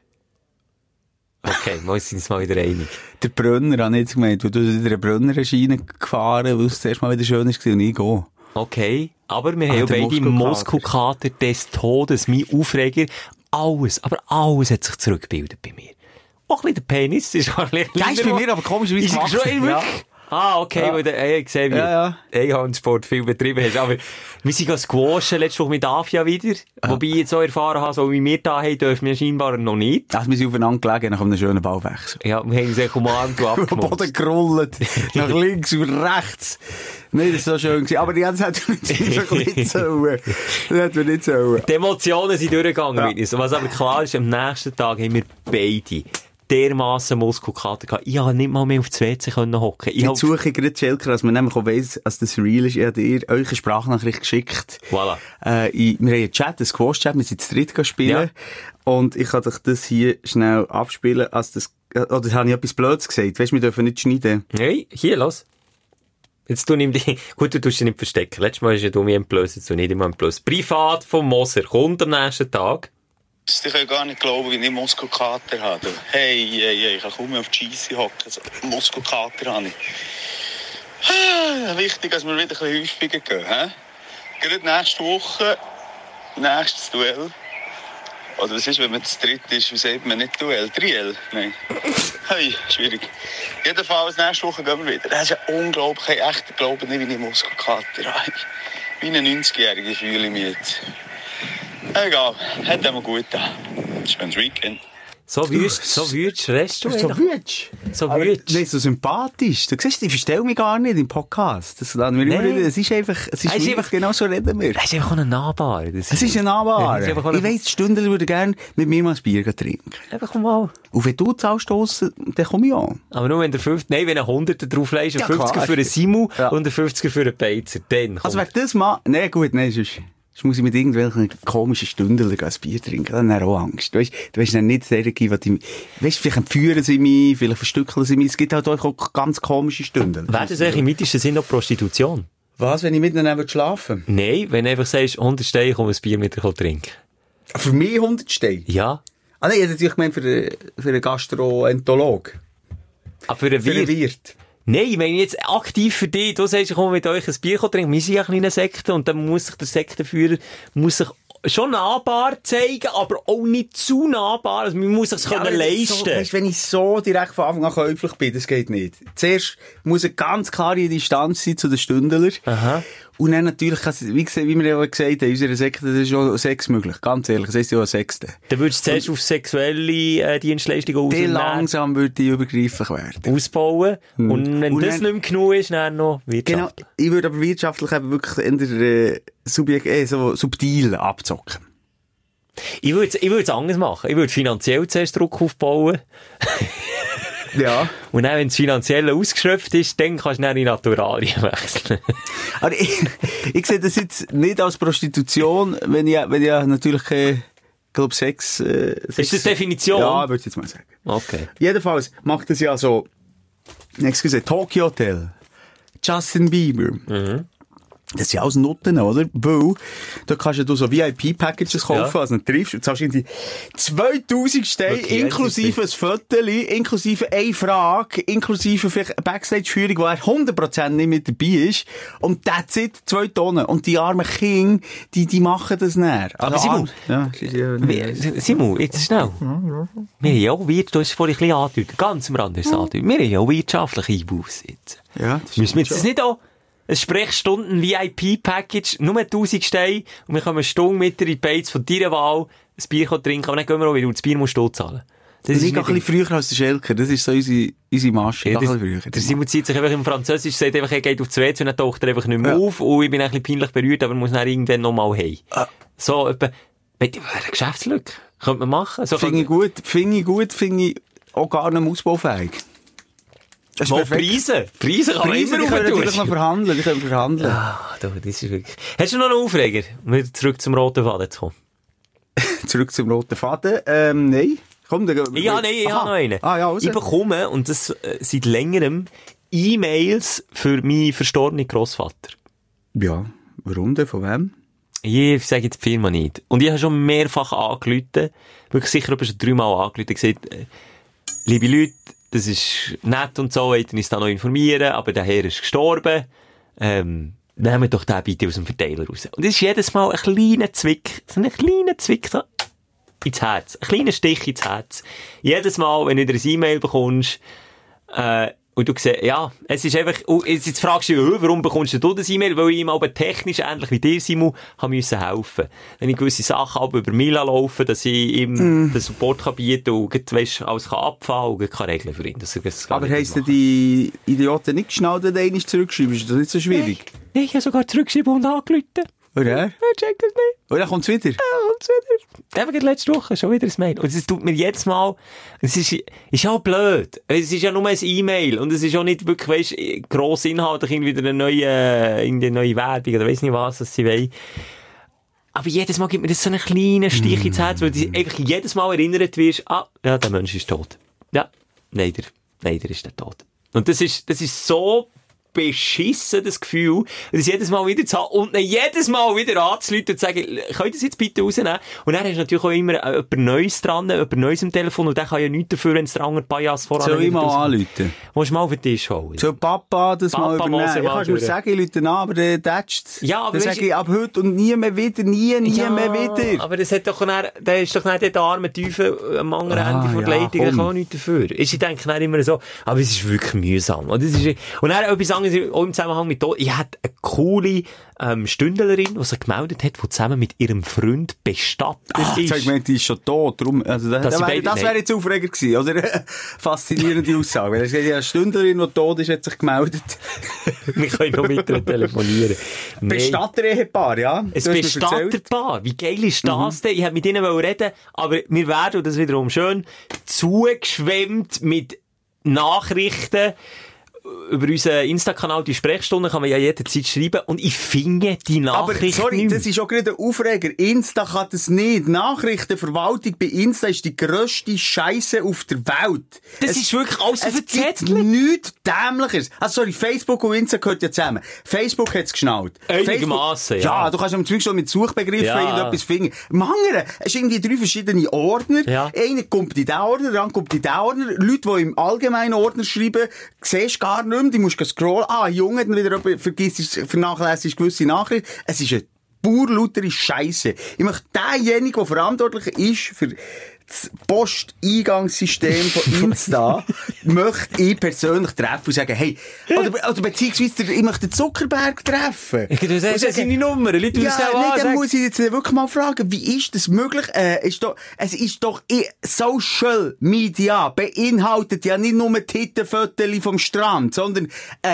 Okay, wir sind uns mal wieder einig. Der Brönner habe ich jetzt gemeint, weil du wieder einen Brönner gefahren, weil es zuerst mal wieder schön war und ich gehe. Okay, aber wir haben beide Muskelkater des Todes, mein Aufreger. Alles, aber alles hat sich zurückgebildet bei mir. Auch ein bisschen der Penis ist wahrscheinlich... Der ist bei mir aber komisch, wie es macht. Ja. Okay, weil ich gesehen, wie du Einhandsport viel betrieben hast. Aber wir sind squashen letzte Woche mit Afia wieder. Wobei ich jetzt auch erfahren habe, so wie wir da haben, dürfen wir scheinbar noch nicht. Also wir sind aufeinander gelegen nach einem schönen Ballwechsel. Ja, wir haben sich umarmt und abgemutzt. Am Boden gerollt. Nach links und rechts. Nein, das war so schön gewesen. Aber ja, das hätten wir nicht sollen. Das hätten wir nicht sollen. Die Emotionen sind durchgegangen mit uns. Was aber klar ist, am nächsten Tag haben wir beide dermassen Muskelkater gehabt. Ich konnte nicht mal mehr auf das WC hocken. Ich suche gerade Schelker, dass man nämlich auch weiss, dass das real ist. Ich habe dir euch eine Sprachnachricht geschickt. Voilà. Wir haben einen Chat, einen Squash-Chat, wir sind zu dritt spielen. Ja. Und ich kann dich das hier schnell abspielen, als das, oder habe ich etwas Blödes gesagt? Weißt du, wir dürfen nicht schneiden. Nein, hier, los. Jetzt tu nimm die, gut, du tust dich nicht verstecken. Letztes Mal ist ja du mir entblößt, jetzt tu nicht immer entblößt. Privat vom Moser kommt am nächsten Tag. Ich kann gar nicht glauben, wie ich Muskelkater habe. Hey, ich kann kaum mehr auf die Scheisse hocken. Also, Muskelkater habe ich. Wichtig, dass wir wieder ein bisschen häufiger gehen. Gerade nächste Woche, nächstes Duell. Oder was ist, wenn man zu dritt ist, wie sagt man nicht Duell? Triell? Nein. Hey, schwierig. Jedenfalls, nächste Woche gehen wir wieder. Das ist ja unglaublich. Ich habe echt glauben, nicht wie ich Muskelkater habe. Wie ein 90-Jähriger fühle ich mich jetzt. Egal, hat immer gut da. Schönes Weekend. So würdest du rest du So würdest So würdest Nein, so sympathisch. Du siehst, ich verstelle mich gar nicht im Podcast. Es ist einfach genau so reden wir. Es ist einfach ein Nahbar. Es ist ein Nahbar. Ich weiss, die Stündler würden gerne mit mir mal ein Bier trinken. Einfach mal. Und wenn du zahlst, dann komme ich an. Aber nur wenn der 50, wenn ein 100er drauflegst, ein 50er für einen Simu und ein 50er für einen Beizer, dann kommt. Also, wenn das mal, sonst muss ich mit irgendwelchen komischen Stündlern ein Bier trinken. Dann habe ich auch Angst. Du weißt nicht solche, vielleicht entführen sie mich, vielleicht verstückeln sie mich. Es gibt halt auch ganz komische Stündler. Wäre das eigentlich im mythischen Sinn noch Prostitution? Was, wenn ich mit ihnen schlafen will? Nein, wenn du einfach sagst, 100 Steine, komm ein Bier mit dir trinken. Für mich 100 Steine? Ja. Ah nein, ich hätte natürlich gemeint für einen Gastroenterolog. Ah, für einen Wirt? Nein, ich meine jetzt aktiv für dich. Du sagst, ich komme mit euch ein Bier trinken. Wir sind ja eine kleine Sekte und dann muss sich der Sektenführer schon nahbar zeigen, aber auch nicht zu nahbar. Also man muss es sich leisten. So, weißt, wenn ich so direkt von Anfang an käuflich bin, das geht nicht. Zuerst muss eine ganz klare Distanz sein zu den Stündlern. Aha. Und dann natürlich, wie wir ja gesagt haben, in unserer Sekte, das ist auch Sex möglich. Ganz ehrlich, das heisst ja auch Sechste. Dann würdest du zuerst auf sexuelle Dienstleistungen ausbauen. Langsam würde die übergreiflich werden. Ausbauen. Und wenn das nicht mehr genug ist, dann noch wirtschaftlich. Genau. Ich würde aber wirtschaftlich eben wirklich in der so subtil abzocken. Ich würde es anders machen. Ich würde finanziell zuerst Druck aufbauen. Ja. Und dann, wenn es finanziell ausgeschöpft ist, dann kannst du dann in Naturalien wechseln. Aber ich sehe das jetzt nicht als Prostitution, wenn ich natürlich Sex... Ist das Definition? Ja, würde ich jetzt mal sagen. Okay. Jedenfalls macht das ja so... Tokyo Hotel, Justin Bieber... Mhm. Das sind alles Nutten, oder? Weil, da kannst du so VIP-Packages kaufen, also du triffst, und zahlst irgendwie 2000 Steine, inklusive ein Viertel, inklusive eine Frage, inklusive vielleicht eine Backstage-Führung, wo er 100% nicht mit dabei ist, und that's it, 2 Tonnen. Und die armen Kinder, die machen das nicht. Also Simon, jetzt schnell. Wir haben ja auch du hast es vorhin ein bisschen angedeutet, ganz am Rand ist es angedeutet. Wir haben ja auch wirtschaftliche Einbußen jetzt. Ja, das müssen wir jetzt das nicht auch ein Sprechstunden-VIP-Package, nur 1000 Steine, und wir können eine Stunde mit dir in die Beiz von deiner Wahl ein Bier trinken, aber dann gehen wir auch wieder, und das Bier musst du zahlen. Das ist ein bisschen früher als der Schelker, das ist so unsere Masche. Ja, der Simon zieht sich einfach im Französisch, sagt einfach, er geht auf die WC und dann taucht er einfach nicht mehr auf, und ich bin ein bisschen peinlich berührt, aber muss dann irgendwann nochmal heim. So, etwa, eine Geschäftslücke. Könnte man machen. So finde ich gut, finde ich auch gar nicht ausbaufähig. Preise kann man immer natürlich noch verhandeln. Ah, das ist wirklich... Hast du noch einen Aufreger, um wieder zurück zum roten Faden zu kommen? Zurück zum roten Faden? Nein. Komm, ich habe noch einen. Ich bekomme, und das seit längerem, E-Mails für meinen verstorbenen Grossvater. Ja, warum denn? Von wem? Ich sage jetzt die Firma nicht. Und ich habe schon mehrfach angerufen, wirklich sicher schon 3-mal angerufen, gesagt, liebe Leute, das ist nett und so, wollten uns da noch informieren, aber der Herr ist gestorben. Nehmt doch den bitte aus dem Verteiler raus. Und das ist jedes Mal ein kleiner Zwick, so ins Herz. Ein kleiner Stich ins Herz. Jedes Mal, wenn du wieder ein E-Mail bekommst, und du siehst, ja, es ist einfach, jetzt fragst du dich, warum bekommst du das E-Mail? Weil ich ihm aber technisch, ähnlich wie dir, Simon, haben müssen helfen. Wenn ich gewisse Sachen aber über Mila laufen, dass ich ihm den Support kann bieten und, weißt, alles kann abfahren und kann regeln für ihn. Aber heisst denn die Idioten nicht schnell den einmal zurückschreiben? Ist das nicht so schwierig? Nein, ich habe sogar zurückgeschrieben und angerufen. Oder? Ich check das nicht. Und dann kommt's wieder? Ja, kommt's wieder. Eben letzte Woche schon wieder ein Mail. Und es tut mir jedes Mal, es ist auch blöd. Es ist ja nur ein E-Mail. Und es ist auch nicht wirklich, weißt, gross inhaltlich irgendwie wieder eine neue Werbung oder weiss nicht was sie wollen. Aber jedes Mal gibt mir das so einen kleinen Stich ins Herz, weil du einfach jedes Mal erinnert wirst, ja, der Mensch ist tot. Ja, leider ist der tot. Und das ist so beschissen, das Gefühl, das jedes Mal wieder zu haben und dann jedes Mal wieder anzuleuten und zu sagen, könnt ihr das jetzt bitte rausnehmen? Und dann hast du natürlich auch immer jemand Neues dran, jemand Neues am Telefon, und der kann ja nichts dafür, wenn es der andere Pajas voran... Soll ich mal anrufen? Musst du mal auf den Tisch holen. Soll Papa das mal übernehmen? Ich kann nur sagen, ich rufe an, aber der tätscht's. Ja, aber dann sage ich, ab heute und nie mehr wieder, nie mehr wieder. Aber das hat doch der ist doch nicht der arme Teufel am anderen Ende von der Leitung, der kann auch nichts dafür. Ich denke dann immer so, aber es ist wirklich mühsam. Und dann etwas andere, auch im Zusammenhang mit Tod, ich hatte eine coole Stündlerin, die sich gemeldet hat, die zusammen mit ihrem Freund bestattet ist. Ich meine, die ist schon tot. Darum, also das wäre jetzt Aufreger gewesen, oder? Faszinierende Aussage. Weil es gibt ja eine Stündlerin, die tot ist, hat sich gemeldet. Wir können noch mit ihr telefonieren. Bestatter-Ehepaar, ja. Ein Bestatterpaar. Wie geil ist das denn? Ich wollte mit ihnen reden, aber wir werden, und das ist wiederum schön, zugeschwemmt mit Nachrichten. Über unseren Insta-Kanal, die Sprechstunde, kann man ja jederzeit schreiben. Und ich finde die Nachrichten. Aber sorry, das ist auch gerade ein Aufreger. Insta kann das nicht. Nachrichtenverwaltung bei Insta ist die grösste Scheisse auf der Welt. Das ist wirklich alles verzettelt. Es gibt nichts Dämliches. Also sorry, Facebook und Insta gehört ja zusammen. Facebook hat's geschnallt. Einigermaßen, ja. Ja, du kannst am Zweig schon mit Suchbegriffen irgendetwas finden. Im anderen, es sind irgendwie 3 verschiedene Ordner. Ja. Einer kommt in den Ordner, dann kommt in den Ordner. Leute, die im allgemeinen Ordner schreiben, siehst gar nicht mehr, die musst scrollen. Junge, dann wieder vernachlässigst gewisse Nachrichten. Es ist eine pur lautere Scheisse. Ich möchte denjenigen, der verantwortlich ist für das Posteingangssystem von Insta, möchte ich persönlich treffen und sagen, hey, oder beziehungsweise ich möchte den Zuckerberg treffen. Du sagst ja seine Nummer, Leute, dann muss ich jetzt wirklich mal fragen, wie ist das möglich? Es ist doch Social Media beinhaltet ja nicht nur Tittenfotos vom Strand, sondern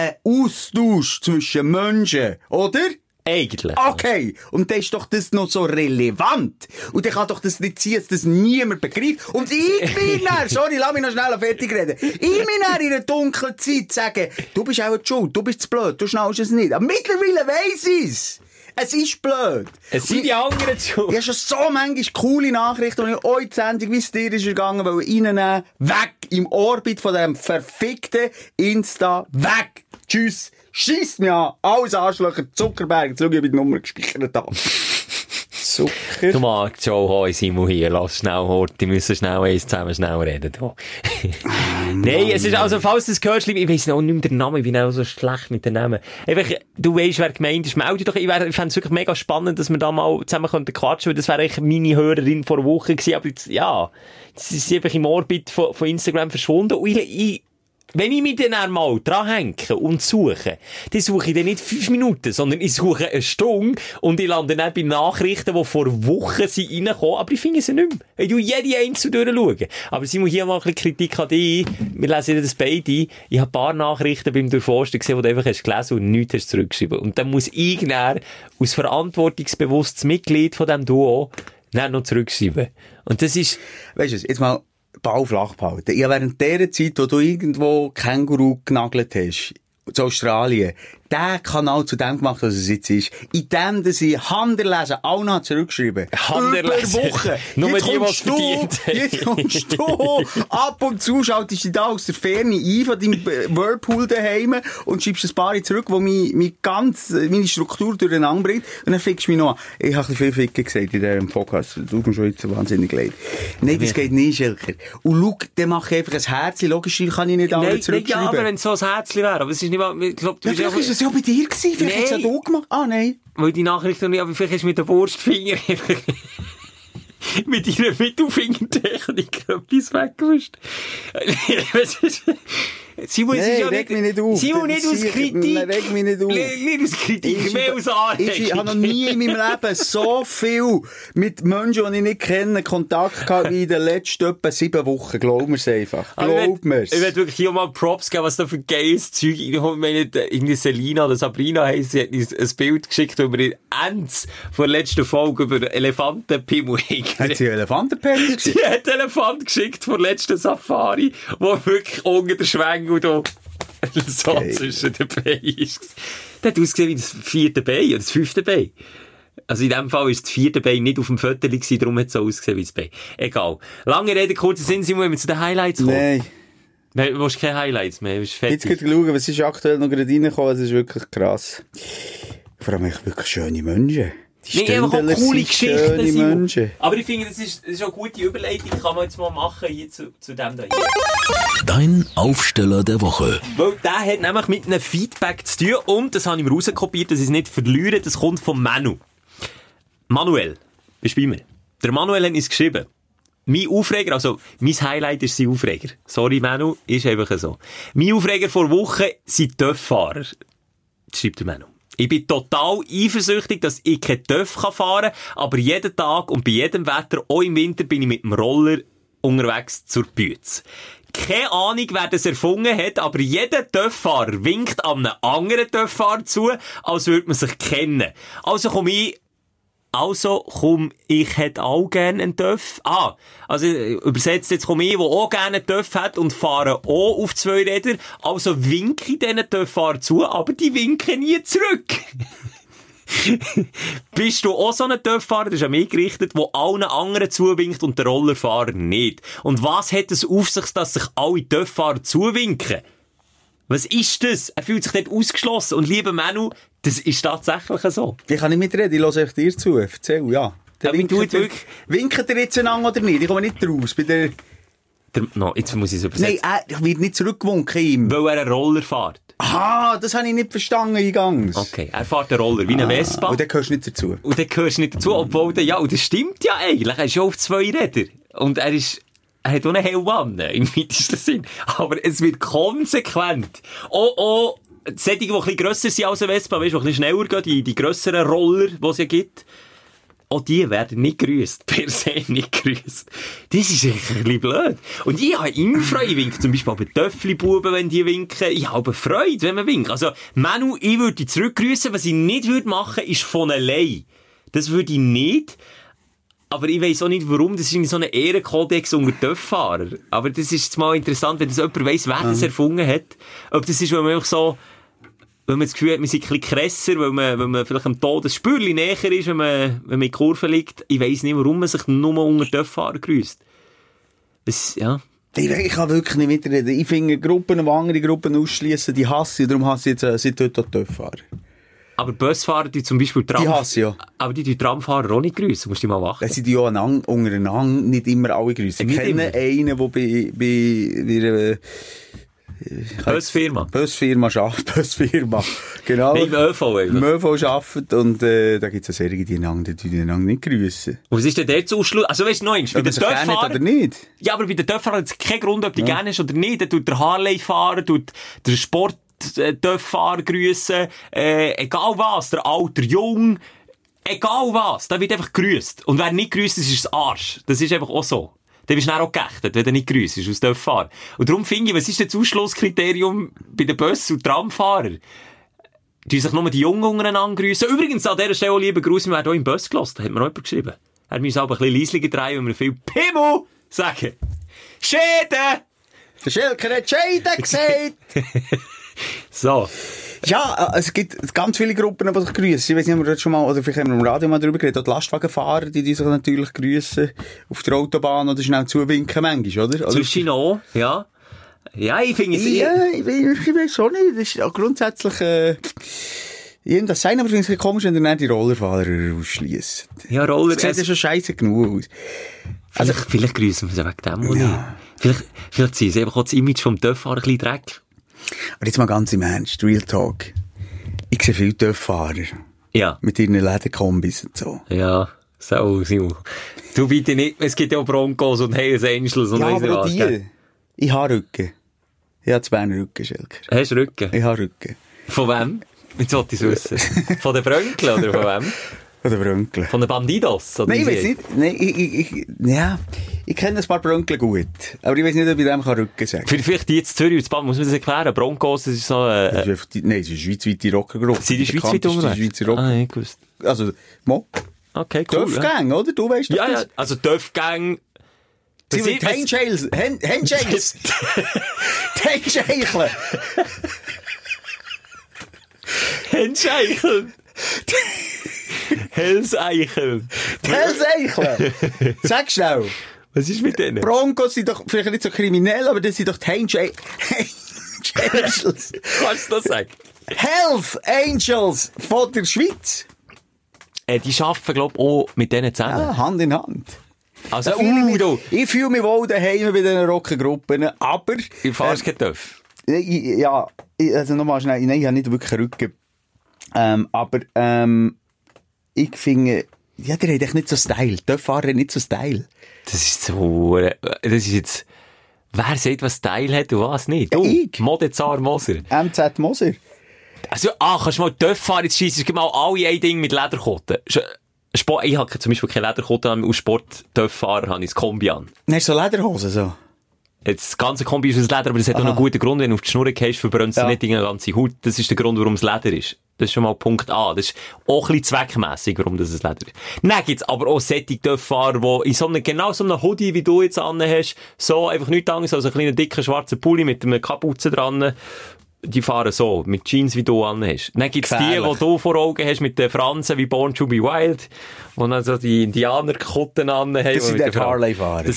Austausch zwischen Menschen, oder? Eigentlich. Okay. Und dann ist doch das noch so relevant. Und dann kann doch das nicht sein, dass das niemand begreift. Und ich bin dann, sorry, lass mich noch schnell fertig reden. Ich bin dann in einer dunklen Zeit sagen, du bist auch schuld, du bist zu blöd, du schnallst es nicht. Aber mittlerweile weiss ich's. Es ist blöd. Es sind die anderen schuld. Ich habe schon so manchmal coole Nachrichten, die ich euch die Sendung, wie es dir ist gegangen, reinnehmen. Weg im Orbit von diesem verfickten Insta. Weg. Tschüss. Schiesst mich an. Alles Arschlöcher. Zuckerberg. Jetzt schau ich, wie die Nummer gespeichert habe. Zucker. Du magst schon, hoi Simon hier. Lass schnell Hort. Die müssen schnell zusammen schnell reden. Nein, es ist, also, falls du das hörst, ich weiss noch nicht mehr den Namen. Ich bin auch so schlecht mit den Namen. Einfach, du weisst, wer gemeint ist. Melde dich doch. Ich fände es wirklich mega spannend, dass wir da mal zusammen quatschen könnten, weil das wäre eigentlich meine Hörerin vor einer Woche gewesen. Aber jetzt, ja, sie ist einfach im Orbit von Instagram verschwunden. Und wenn ich mich dann einmal dranhänge und suche, dann suche ich dann nicht 5 Minuten, sondern ich suche eine Stunde und ich lande dann bei Nachrichten, die vor Wochen reinkommen, aber ich finde sie nicht mehr. Ich schaue jede einzelne durchschauen. Aber Simon, hier mal ein bisschen Kritik an dich. Wir lesen das beide. Ich habe ein paar Nachrichten beim Durchforsten gesehen, die du einfach hast gelesen und nichts hast zurückgeschrieben. Und dann muss ich dann als verantwortungsbewusstes Mitglied von diesem Duo dann noch zurückschreiben. Und das ist... Weißt du, jetzt mal Ball flach behalten. Ich habe während der Zeit, wo du irgendwo Känguru genagelt hast, zu Australien, den Kanal zu dem gemacht, was es jetzt ist. In dem, dass ich Handerlesen auch noch zurückgeschrieben. Handerlesen? Über Wochen. Nur die, was verdient haben. Jetzt kommst du ab und zu, schaltest dich da aus der Ferne ein von deinem Whirlpool daheim und schiebst ein paar zurück, wo meine Struktur durcheinander bringt. Und dann fickst du mich noch an. Ich habe ein bisschen viel Ficken gesagt in diesem Podcast. Das tut mir schon jetzt so wahnsinnig leid. Nein, das geht nicht, Schelker. Und schau, dann mache ich einfach ein Herzchen. Logisch kann ich nicht alle zurückschreiben. Ja, aber wenn es so ein Herzchen wäre. Aber es ist nicht mal, ich glaube, du vielleicht ist es ja bei dir gewesen. Vielleicht hast du es ja du gemacht. Ah, nein. Weil die Nachricht noch nicht, aber vielleicht hast du mit der Wurstfinger mit deiner Mittelfingertechnik etwas weggewischt. Simon, es ist ja nicht... Mich nicht auf. Simon, nicht aus Kritik. Reg mich nicht auf. Nicht aus Kritik, mehr aus Anregung. Ich habe noch nie in meinem Leben so viel mit Menschen, die ich nicht kenne, Kontakt gehabt wie in den letzten etwa 7 Wochen. Glaub mir's einfach. Glaub mir's. Ich will wirklich hier mal Props geben, was da für geiles Zeug reinkommt. Ich meine, irgendwie Selina oder Sabrina heisst, sie hat uns ein Bild geschickt über die Ends von der letzten Folge über Elefantenpimmel. Hat sie Elefantenpimmel geschickt? Sie hat Elefant geschickt von der letzten Safari, wo wirklich unter der Schwänge und da so zwischen den Beinen ist. Der hat ausgesehen wie das 4. Bein oder das 5. Bein. Also in dem Fall war das 4. Bein nicht auf dem Foto gewesen, darum hat es so ausgesehen wie das Bein. Egal. Lange Rede, kurzer Sinn, Simon, wenn wir zu den Highlights kommen. Nein. Du willst keine Highlights mehr, du bist fertig. Jetzt könnt ihr schauen, was ist aktuell noch gerade reingekommen, es ist wirklich krass. Vor allem wirklich schöne Menschen. Die einfach auch coole Geschichten. Aber ich finde, das ist auch eine gute Überleitung, kann man jetzt mal machen hier zu dem da hier. Dein Aufsteller der Woche. Weil der hat nämlich mit einem Feedback zu tun und das habe ich mir rauskopiert, dass ich es nicht verliere, das kommt von Manuel, bist du bei mir? Der Manuel hat uns geschrieben. mein Aufreger, also mein Highlight ist sein Aufreger. Sorry, Manu, ist einfach so. Mein Aufreger vor Wochen sind TÜV-Fahrer. Das schreibt der Manu. Ich bin total eifersüchtig, dass ich kein TÜV fahren kann, aber jeden Tag und bei jedem Wetter, auch im Winter, bin ich mit dem Roller unterwegs zur Bütz. Keine Ahnung, wer das erfunden hat, aber jeder TÜV-Fahrer winkt an einem anderen TÜV-Fahrer zu, als würde man sich kennen. Also ich hätte auch gerne einen TÜV. Also übersetzt jetzt komme ich, der auch gerne einen TÜV hat und fahre auch auf 2 Rädern. Also winke ich diesen TÜV-Fahrer zu, aber die winken nie zurück. Bist du auch so ein TÜV-Fahrer, das ist an mich gerichtet, der allen anderen zuwinkt und der Rollerfahrer nicht? Und was hat es auf sich, dass sich alle TÜV-Fahrer zuwinken? Was ist das? Er fühlt sich dort ausgeschlossen. Und lieber Manu, das ist tatsächlich so. Ich kann nicht mitreden, ich höre euch dir zu. Erzähl, ja. Winkt ihr jetzt einander oder nicht? Ich komme nicht raus. Jetzt muss ich es übersetzen. Nein, er wird nicht zurückgewunken ihm. Weil er einen Roller fährt. Aha, das habe ich nicht verstanden eingangs. Okay, er fährt einen Roller, wie ein Vespa. Und dann gehörst du nicht dazu. Obwohl, und das stimmt ja eigentlich. Er ist ja auf 2 Rädern. Und er hat auch einen Helm an, im weitesten Sinn. Aber es wird konsequent. Solche, die ein bisschen grösser sind als ein Vespa, weißt du, die ein bisschen schneller gehen, die grösseren Roller, die es ja gibt. Auch die werden nicht gegrüsst. Per se nicht gegrüsst. Das ist eigentlich ein bisschen blöd. Und ich habe immer Freude. Ich winke zum Beispiel bei Töffli-Buben, wenn die winken. Ich habe Freude, wenn man winkt. Also, Manu, ich würde dich zurückgrüssen. Was ich nicht machen würde, ist von allein. Das würde ich nicht. Aber ich weiss auch nicht, warum. Das ist so ein Ehrenkodex unter TÜV-Fahrer. Aber das ist jetzt mal interessant, wenn das jemand weiss, wer das erfunden hat. Ob das ist, weil man einfach so, weil man das Gefühl hat, man sei ein bisschen krasser, weil man vielleicht am Tod ein Spürchen näher ist, wenn man in die Kurve liegt. Ich weiss nicht, warum man sich nur unter TÜV-Fahrer grüsst. Ja. Ich kann wirklich nicht mitreden. Ich finde Gruppen, die andere Gruppen ausschliessen, die hasse ich. Darum hasse ich jetzt seit heute auch TÜV-Fahrer. Aber Busfahrer, die zum Beispiel die hasse ja. Aber die Tramfahrer auch nicht grüssen, musst du mal wachen. Das sind ja untereinander nicht immer alle grüssen. Ich kenne einen, der bei Busfirma arbeitet. Busfirma. Genau. Nicht im ÖV einfach. Im ÖV arbeitet und da gibt es ja Serien, die einander nicht grüssen. Und was ist denn der Ausschluss? Also weißt du noch eins, bei den TÜV-Fahrern... oder nicht? Ja, aber bei den TÜV-Fahrern hat es keinen Grund, ob die gerne ist oder nicht. Da tut der Harley-Fahrer, tut der Sport TÜV-Fahrer grüssen, egal was, der Alter, Jung, egal was, da wird einfach grüßt. Und wer nicht grüßt, das ist das Arsch. Das ist einfach auch so. Dann bist du dann auch geächtet, wenn du nicht grüßt, als TÜV-Fahrer. Und darum finde ich, was ist das Ausschlusskriterium bei den Bus- und Tramfahrern? Die sich nur die Jungen untereinander grüssen. Übrigens, an dieser Stelle auch lieber Gruß, wir werden auch im Bus gelassen, hat mir auch jemand geschrieben. Er muss aber ein bisschen leislicher drehen, weil wir viel Pimmel sagen. Schäden! Der Schelker hat Schäden gesagt! So. Ja, es gibt ganz viele Gruppen, die sich grüssen. Ich weiss nicht, ob wir das schon mal, oder vielleicht haben wir im Radio mal drüber geredet, auch die Lastwagenfahrer, die sich natürlich grüssen auf der Autobahn oder schnell zuwinken manchmal, oder? Zwischen auch, ja. Ja, ich finde es... Ja, ich weiss auch nicht. Das ist auch grundsätzlich, das sein, aber ich finde es komisch, wenn ihr nicht die Rollerfahrer ausschließt. Ja, Roller... Das sieht ja schon scheisse genug aus. Vielleicht grüssen wir sie wegen dem, oder ja. Vielleicht ziehen sie einfach auch das Image vom TÜV-Fahrer ein bisschen Dreck. Aber jetzt mal ganz im Ernst, Real Talk. Ich sehe viele TÜV-Fahrer. Ja. Mit ihren Lederkombis und so. Ja, so. Du bitte nicht, es gibt ja auch Broncos und Hells Angels und weiss nicht was. Ja, aber die. Ich habe Rücken. Ich habe 2 Rücken, Schelker. Hast du Rücken? Ich habe Rücken. Von wem? Jetzt wollte ich es wissen. Von den Brönkeln oder von wem? Von den Brönkeln. Von den Bandidos? Oder nein, ich weiss nicht. Nein, ich kenne ein paar Brönkeln gut. Aber ich weiss nicht, ob ich dem Rücken sagen kann. Vielleicht die jetzt Zürich, muss man das erklären? Broncos, das ist so... Nein, es ist eine schweizweite Rockergruppe. Sind die schweizweit unterwegs? Ich gewusst. Also, Mo. Okay, cool. Töff-Gang, oder? Du weißt doch das. Ja, also Töff-Gang... Sie sind Handschales. Handschales. Handscheicheln. Handscheicheln. Hellseicheln. Hellseicheln. Sag schnell. Was ist mit denen? Broncos sind doch vielleicht nicht so kriminell, aber das sind doch die Angels. Kannst du das sagen? Health Angels von der Schweiz. Die arbeiten, glaube ich, auch mit denen zusammen. Ja, Hand in Hand. Also, ich fühle mich wohl daheim bei diesen Rockengruppen, aber... Ich fahrst kein TÜV? Ja, also nochmal schnell, nein, ich habe nicht wirklich Rücken. Aber ich finde, Ja, der hat echt nicht so Style. Töfffahrer hat nicht so Style. Das ist jetzt, wer sagt, was Style hat und was nicht? Du, ich. Modezar Moser. MZ Moser. Also, kannst du mal Töfffahrer jetzt schiessen, es gibt mal alle ein Ding mit Lederkotten. Ich habe zum Beispiel keine Lederkotten aus Sport-Töfffahrer, habe ich das Kombi an. Hast du so Lederhosen, so? Jetzt, das ganze Kombi ist aus Leder, aber das hat auch einen guten Grund. Wenn du auf die Schnur gehst, verbrennst du nicht die ganze Haut. Das ist der Grund, warum es Leder ist. Das ist schon mal Punkt A. Das ist auch ein bisschen zweckmässig, warum das Leder ist. Dann gibt's aber auch solche Töfffahrer, die in genau so einem Hoodie, wie du jetzt an hast, so einfach nichts anderes als einen kleinen dicken schwarzen Pulli mit einer Kapuze dran. Die fahren so, mit Jeans, wie du an hast. Dann gibt's die du vor Augen hast, mit den Fransen, wie Born to be Wild, wo dann so die Indianer-Kutten an haben. Das sind die Harley-Fahrer.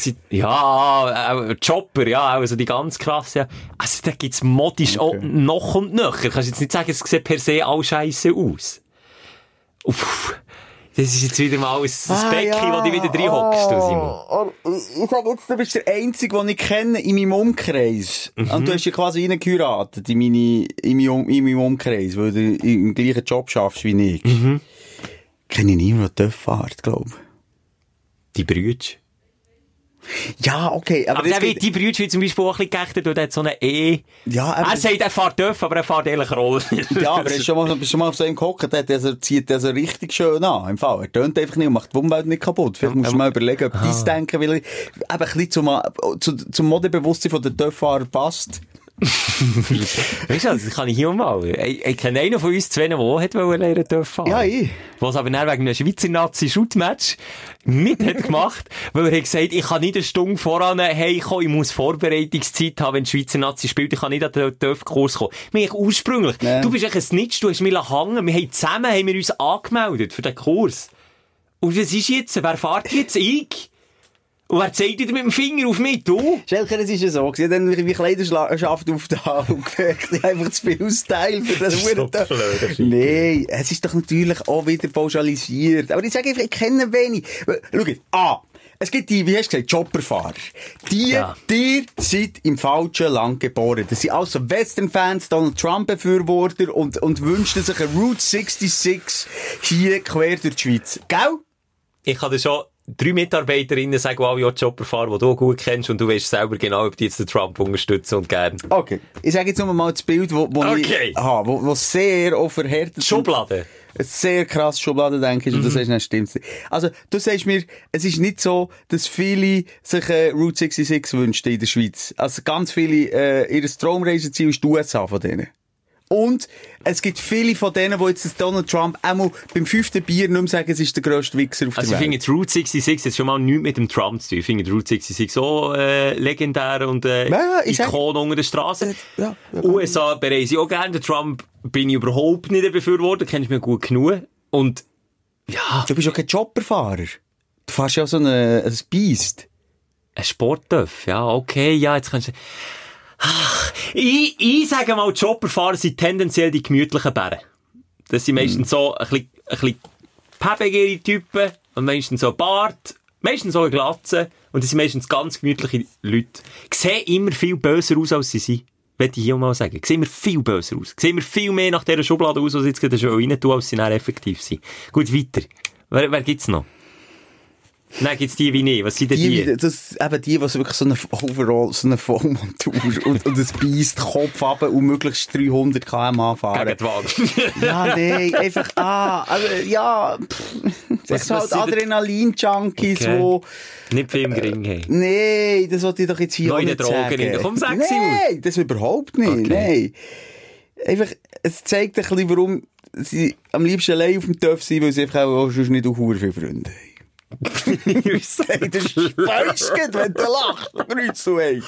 Chopper, ja, also die ganz krasse. Also da gibt's modisch auch noch und nöcher. Kannst jetzt nicht sagen, es sieht per se all scheisse aus. Uff. Das ist jetzt wieder mal ein Becken, wo du wieder reinhockst, Simon. Ich sag jetzt, du bist der Einzige, den ich kenne in meinem Umkreis. Und du hast ja quasi reingeheiratet in meinem Umkreis, weil du im gleichen Job schaffst wie ich. Kenne ich niemanden, der fährt, glaube ich. Die Brüder. Ja, okay. Aber die Brüder wird zum Beispiel auch ein bisschen geächtet, weil der hat so eine Ja, er sagt, er fährt Töff, aber er fährt ehrlich Roll. Ja, aber bist schon mal auf so einem gehockt, zieht der so richtig schön an, im Fall. Er tönt einfach nicht und macht die Umwelt nicht kaputt. Vielleicht musst du mal überlegen, ob dies denken, weil eben ein bisschen zum Modebewusstsein der Töfffahrer passt. Weißt du, das kann ich hier mal. Ich kenne einen von uns zwei, der auch lernen Töfffahrer. Ja, ich. Was aber dann wegen einem Schweizer Nazi-Shootmatch nicht hat gemacht, weil er hat gesagt, ich kann nicht eine Stunde voran, ich muss Vorbereitungszeit haben, wenn die Schweizer Nazi spielt, ich kann nicht an den Töff-Kurs kommen. Wir haben ursprünglich, du bist echt ein Snitch, du hast mich hängen, wir haben zusammen uns angemeldet für den Kurs. Und was ist jetzt? Wer fährt jetzt? Ich? Und wer zeigt dir mit dem Finger auf mich? Du? Schelker, es ist ja so. Ich habe dann wie Kleiderschaft aufgetan und gemerkt, ich habe einfach zu viel Style für das Hurentöff. Nein, es ist doch natürlich auch wieder pauschalisiert. Aber ich sage einfach, ich kenne wenig. Schau, es gibt die, wie hast du gesagt, Chopperfahrer. Die sind im falschen Land geboren. Das sind also Western-Fans, Donald Trump-Befürworter und wünschen sich eine Route 66 hier quer durch die Schweiz. Gell? Ich kann dir schon 3 Mitarbeiterinnen sagen, die alle auch Chopper fahren, die du gut kennst, und du weißt selber genau, ob die jetzt den Trump unterstützen und gern. Okay. Ich sage jetzt mal das Bild, wo sehr auf verhärtet Schublade. Ein sehr krass Schublade, denke ich, und du sagst, das stimmt. Also, du sagst mir, es ist nicht so, dass viele sich Route 66 wünschen in der Schweiz. Also, ganz viele, ihr Traumreiseziel ist die USA von denen. Und es gibt viele von denen, die jetzt Donald Trump einmal beim 5. Bier nicht mehr sagen, es ist der grösste Wichser auf der Welt. Also ich finde Route 66 jetzt schon mal nichts mit dem Trump zu tun. Ich finde Route 66 so legendär und Ikon unter der Straße. Ja. USA bereise ich auch gerne. Der Trump bin ich überhaupt nicht ein Befürworter, kennst du mich gut genug. Und ja. Du bist auch kein Chopperfahrer. Du fährst ja auch so ein Beast. Ein Sporttöff, ja, okay, ja, jetzt kannst du... Ach, ich sage mal, Chopperfahrer sind tendenziell die gemütlichen Bären. Das sind meistens so ein bisschen päbigere Typen und meistens so Bart, meistens so eine Glatze und das sind meistens ganz gemütliche Leute. Sehen immer viel böser aus, als sie sind. Möchte ich hier mal sagen. Sehen wir viel böser aus. Sehen wir viel mehr nach dieser Schublade aus, als sie jetzt gerade schon rein tun, als sie dann effektiv sind. Gut, weiter. Wer gibt's noch? Nein, gibt's die wie nicht? Was sind denn die? Das eben die wirklich so eine Overall, so eine Vollmontur und ein Beist, Kopf runter und möglichst 300 km/h fahren. Gegen die Wand. Ja, nein, einfach, also, ja, das sind halt Adrenalin-Junkies, okay. Nicht viel im Gring haben. Nein, das wollte ich doch jetzt hier auch nicht sagen. Drogen, komm, sag sie Nein, das überhaupt nicht, okay. Nein. Einfach, es zeigt ein bisschen, warum sie am liebsten allein auf dem Töff sind, weil sie einfach auch schon nicht auch viele Freunde haben. Ich sag, das speist, wenn du lachst. Grüß du, ey.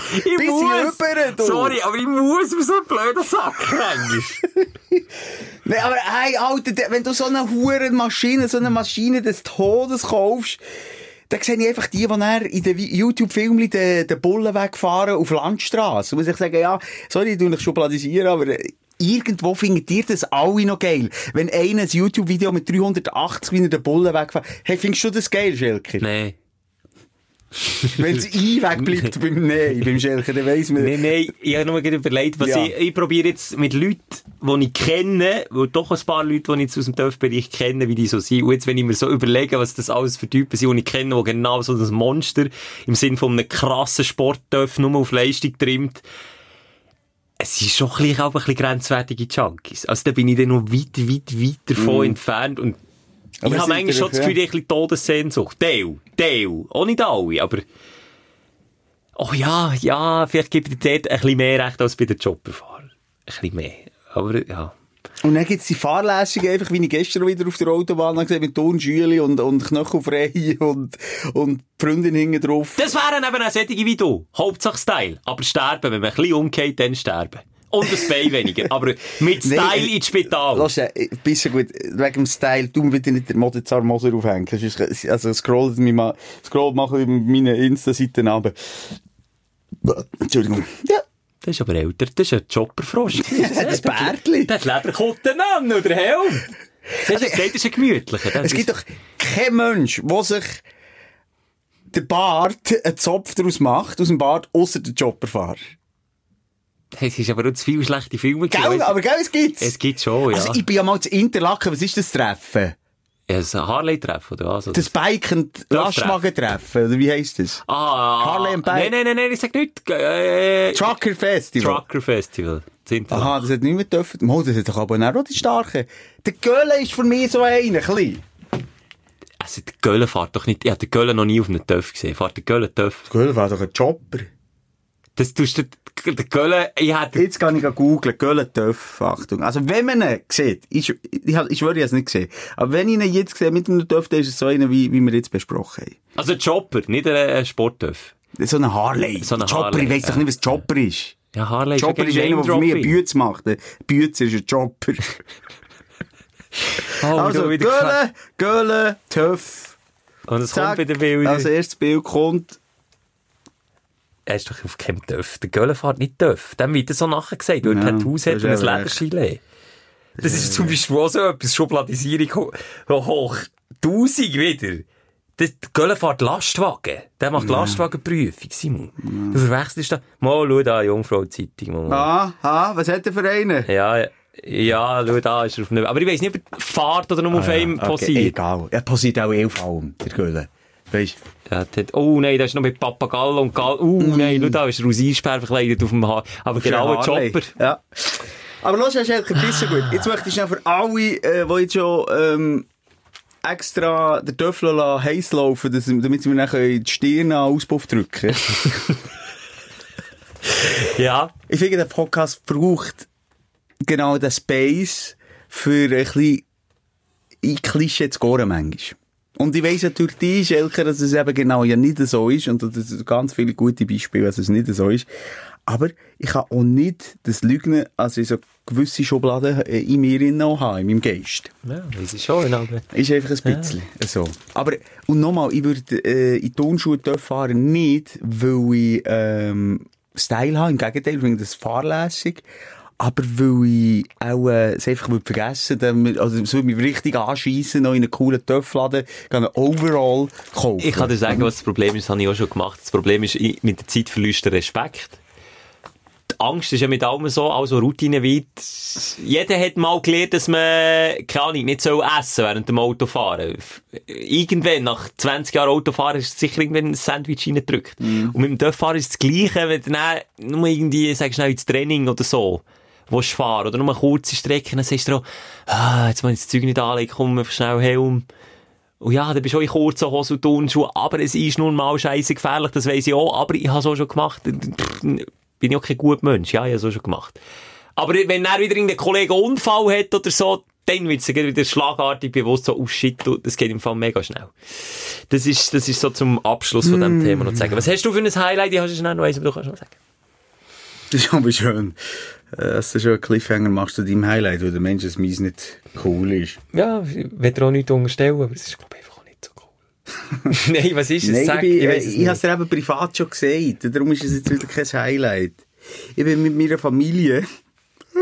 Sorry, aber ich muss mir so einen blöden Sack rein. Nee, aber hey, Alter, wenn du so eine Maschine des Todes kaufst, dann sehe ich einfach die nachher in den YouTube-Filmen den Bullen wegfahren auf Landstrasse. Da muss ich sagen, ja, sorry, ich tu dich schubladisieren, aber irgendwo findet ihr das alle noch geil. Wenn einer ein YouTube-Video mit 380 wie er den Bullen wegfährt. Hey, findest du das geil, Schelker? Nein. Wenn das I wegbleibt beim Nein, beim Schelker, dann weiss man... Nein, ich habe nur überlegt, was ich probiere jetzt mit Leuten, die ich kenne, wo doch ein paar Leute, die ich jetzt aus dem Dorfbereich kenne, wie die so sind. Und jetzt, wenn ich mir so überlege, was das alles für Typen sind, die ich kenne, die genau so das Monster im Sinne von einem krassen Sportdorf nur auf Leistung trimmt, es sind schon auch ein bisschen grenzwertige Junkies. Also da bin ich dann noch weit davon entfernt. Und aber ich habe eigentlich schon das Gefühl, ich habe ein bisschen Todessehnsucht. Teil. Auch nicht alle, aber... Oh ja, vielleicht gibt es dort ein bisschen mehr Recht als bei den Chopperfahrern. Ein bisschen mehr. Aber ja. Und dann gibt es die Fahrlässungen, einfach wie ich gestern wieder auf der Autobahn gesehen mit Turnschüli und knöchelfrei und Freundin hinten drauf. Das wären eben auch solche wie du. Hauptsache Style. Aber sterben, wenn man ein bisschen umgeht, dann sterben. Und das Bein weniger. Aber mit Style ins Spital. Lass ja, ein bisschen gut. Wegen dem Style, du musst bitte nicht den Modezar Moser aufhängen. Also scroll mal mit meinen Insta-Seiten runter. Entschuldigung. Ja. Das ist aber älter. Das ist ein Chopperfrosch. Das Bärtli. Der hat Lederkutten an, oder Helm. Das ist ein gemütlicher. Es gibt doch keinen Mensch, der sich den Bart einen Zopf daraus macht, aus dem Bart, ausser der Chopperfahrer. Es ist aber auch zu viele schlechte Filme. Aber es gibt's. Es gibt schon, ja. Also ich bin ja mal zu Interlaken. Was ist das Treffen? Ja, ein Harley-Treffen, oder was? Das Bike- und Lastwagen-Treffen, oder wie heisst das? Harley und Bike? Nein, ich sag nicht. Trucker Festival. Trucker Festival. Aha, das hat nicht mehr dürfen. Das hat doch aber auch die Starken. Der Gölle ist für mich so einer, klein. Also, der Gölle fährt doch nicht... Ich habe den Gölle noch nie auf einem Töff gesehen. Fährt der Gölle Töff? Der Gölle fährt doch ein Chopper. Das tust du... Der Gölle... Jetzt kann ich googeln. Gölle Töff. Achtung. Also, wenn man ihn sieht... Ich schwöre, ich habe es nicht gesehen. Aber wenn ich ihn jetzt sehe mit einem Töff, dann ist es so einer, wie wir jetzt besprochen haben. Also, ein Chopper, nicht ein Sporttöff. So ein Harley. So ein Chopper, Harley, ich weiss doch nicht, was Chopper ist. Ja, Harley Chopper ist einer, der für mich einen Bütz macht. Ein Bütz ist ein Chopper. Also, Gölle, Töff. Und es kommt bei den Bildern. Als erstes Bild kommt... Er ist doch auf keinem Töff. Der Gölle fährt nicht Töff. Dem wird er so nachher gesagt, weil er Tattoos hat und ein Ledergilet. Das ist zum Beispiel auch so etwas, Schubladisierung hoch 1000 wieder. Der Gölle fährt Lastwagen. Der macht Lastwagenprüfung, Simon. Du verwechselst da. Mal, schau da, Jungfrau-Zeitung. Was hat er für einen? Ja, schau da, ist er auf einem... Aber ich weiss nicht, ob er fährt oder nur auf einem posiert. Egal. Er posiert auch 11 allem, der Gölle. Weißt du? Oh nein, da ist noch mit Papagallo und Gall. Nein, schau da, ist er aus Eisbär verkleidet auf dem Haar. Aber genau ein Chopper. Ja. Aber los, hast du ein bisschen gut. Jetzt möchte ich schnell für alle, die jetzt schon extra den Töffel heiß laufen, damit sie mir nachher die Stirn an Auspuff drücken. Ja. Ich finde, der Podcast braucht genau den Space für ein bisschen in Klischee zu gehen manchmal. Und ich weiss natürlich die Schelker, dass es eben genau ja nicht so ist. Und das sind ganz viele gute Beispiele, dass es nicht so ist. Aber ich kann auch nicht das Lügnen, also so gewisse Schubladen in mir haben, in meinem Geist. Ja, das ist schon, aber... Ist einfach ein bisschen so. Aber, und nochmal, ich würde in Turnschuhe fahren nicht, weil ich Style habe, im Gegenteil, ich finde das fahrlässig. Aber weil ich auch es einfach vergessen würde, also es würde mich richtig anschiessen, noch in einen coolen Töpfladen, einen Overall kaufen. Ich kann dir sagen, was das Problem ist, das habe ich auch schon gemacht. Das Problem ist, mit der Zeit verlierst du Respekt. Die Angst ist ja mit allem so, also Routine weit. Jeder hat mal gelernt, dass man, keine Ahnung, nicht so essen während dem Autofahren. Irgendwann, nach 20 Jahren Autofahren, ist sicher irgendwann ein Sandwich reingedrückt. Und mit dem Töpffahren ist es das Gleiche, wenn du dann nur irgendwie, sag schnell, ins Training oder so, willst fahren, oder nur eine kurze Strecke, dann sagst du auch, jetzt muss ich das Zeug nicht anlegen, komm, einfach schnell Helm. Und ja, dann bist du auch in kurzen Hosen und Turnschuhen, aber es ist nun mal scheisse gefährlich, das weiss ich auch, aber ich habe es auch schon gemacht. Bin ich auch kein guter Mensch, ja, ich habe es auch schon gemacht. Aber wenn er wieder irgendein Kollege einen Unfall hat oder so, dann wird es wieder schlagartig bewusst so, oh shit, das geht im Fall mega schnell. Das ist so zum Abschluss von diesem Thema noch zu sagen. Was hast du für ein Highlight? Ich habe schon noch eins, aber du kannst noch sagen. Das ist aber schön, dass du schon einen Cliffhanger machst zu deinem Highlight, weil der Mensch das meins nicht cool ist. Ja, ich will dir auch nichts unterstellen, aber es ist, glaube ich, einfach auch nicht so cool. Nein, was ist es? Nein, ich habe es dir eben privat schon gesagt, darum ist es jetzt wieder kein Highlight. Ich bin mit meiner Familie...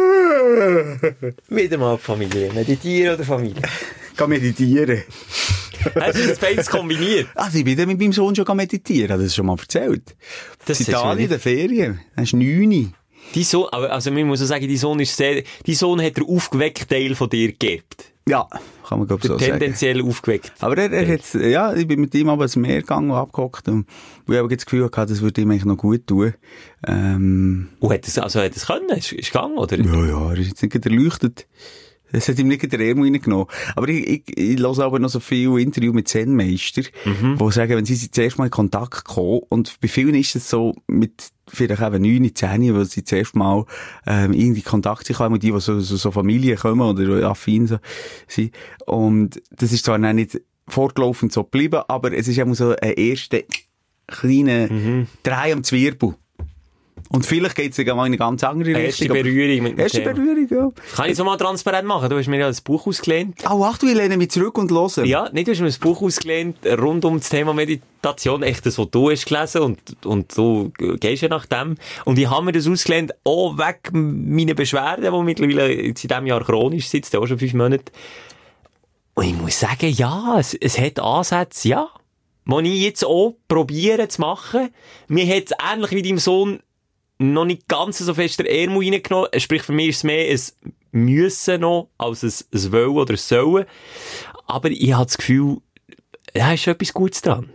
Wieder mal Familie. Meditieren oder Familie? Ich kann meditieren. Hast du das beides kombiniert? Also ich bin dann mit meinem Sohn schon meditieren, das ist schon mal erzählt. Das ist Italien in der Ferien, das ist 9. Dein Sohn, aber, also, man muss auch sagen, dein Sohn hat den aufgeweckten Teil von dir geerbt. Ja, kann man glaube ich so sagen. Tendenziell aufgeweckt. Aber er hat, ja, ich bin mit ihm aber ins Meer gegangen und abgehockt und ich habe das Gefühl gehabt, das würde ihm eigentlich noch gut tun. Und hat es können? Ist gegangen, oder? Ja, er ist jetzt nicht erleuchtet. Es hat ihm nicht der Ärmel reingenommen. Aber ich höre aber noch so viele Interviews mit Zen-Meister, die sagen, wenn sie zuerst mal in Kontakt kommen, und bei vielen ist es so, mit vielleicht eben 9, 10, weil sie zuerst mal irgendwie Kontakt haben mit die so Familien kommen oder affin so sind. Und das ist zwar nicht fortlaufend so geblieben, aber es ist immer so ein erster kleiner Dreh am Zwirbel. Und vielleicht geht es sogar mal in eine ganz andere Richtung. Erste Berührung mit dem Erste Thema. Berührung, ja. Kann ich so mal transparent machen? Du hast mir ja ein Buch ausgelehnt. Oh, ach, ich lehne mich zurück und höre. Ja, nicht, du hast mir ein Buch ausgelehnt rund um das Thema Meditation. Echt das, was du hast gelesen und du gehst ja nach dem. Und ich habe mir das ausgelehnt, auch wegen meiner Beschwerden, die mittlerweile in diesem Jahr chronisch sind, auch schon 5 Monate. Und ich muss sagen, ja, es hat Ansätze, ja. Die ich jetzt auch probieren zu machen. Mir hat es ähnlich wie deinem Sohn noch nicht ganz so fest der Ärmel reingenommen. Sprich, für mich ist es mehr ein Müssen noch, als ein Wollen oder ein Sollen. Aber ich habe das Gefühl, da ist schon etwas Gutes dran.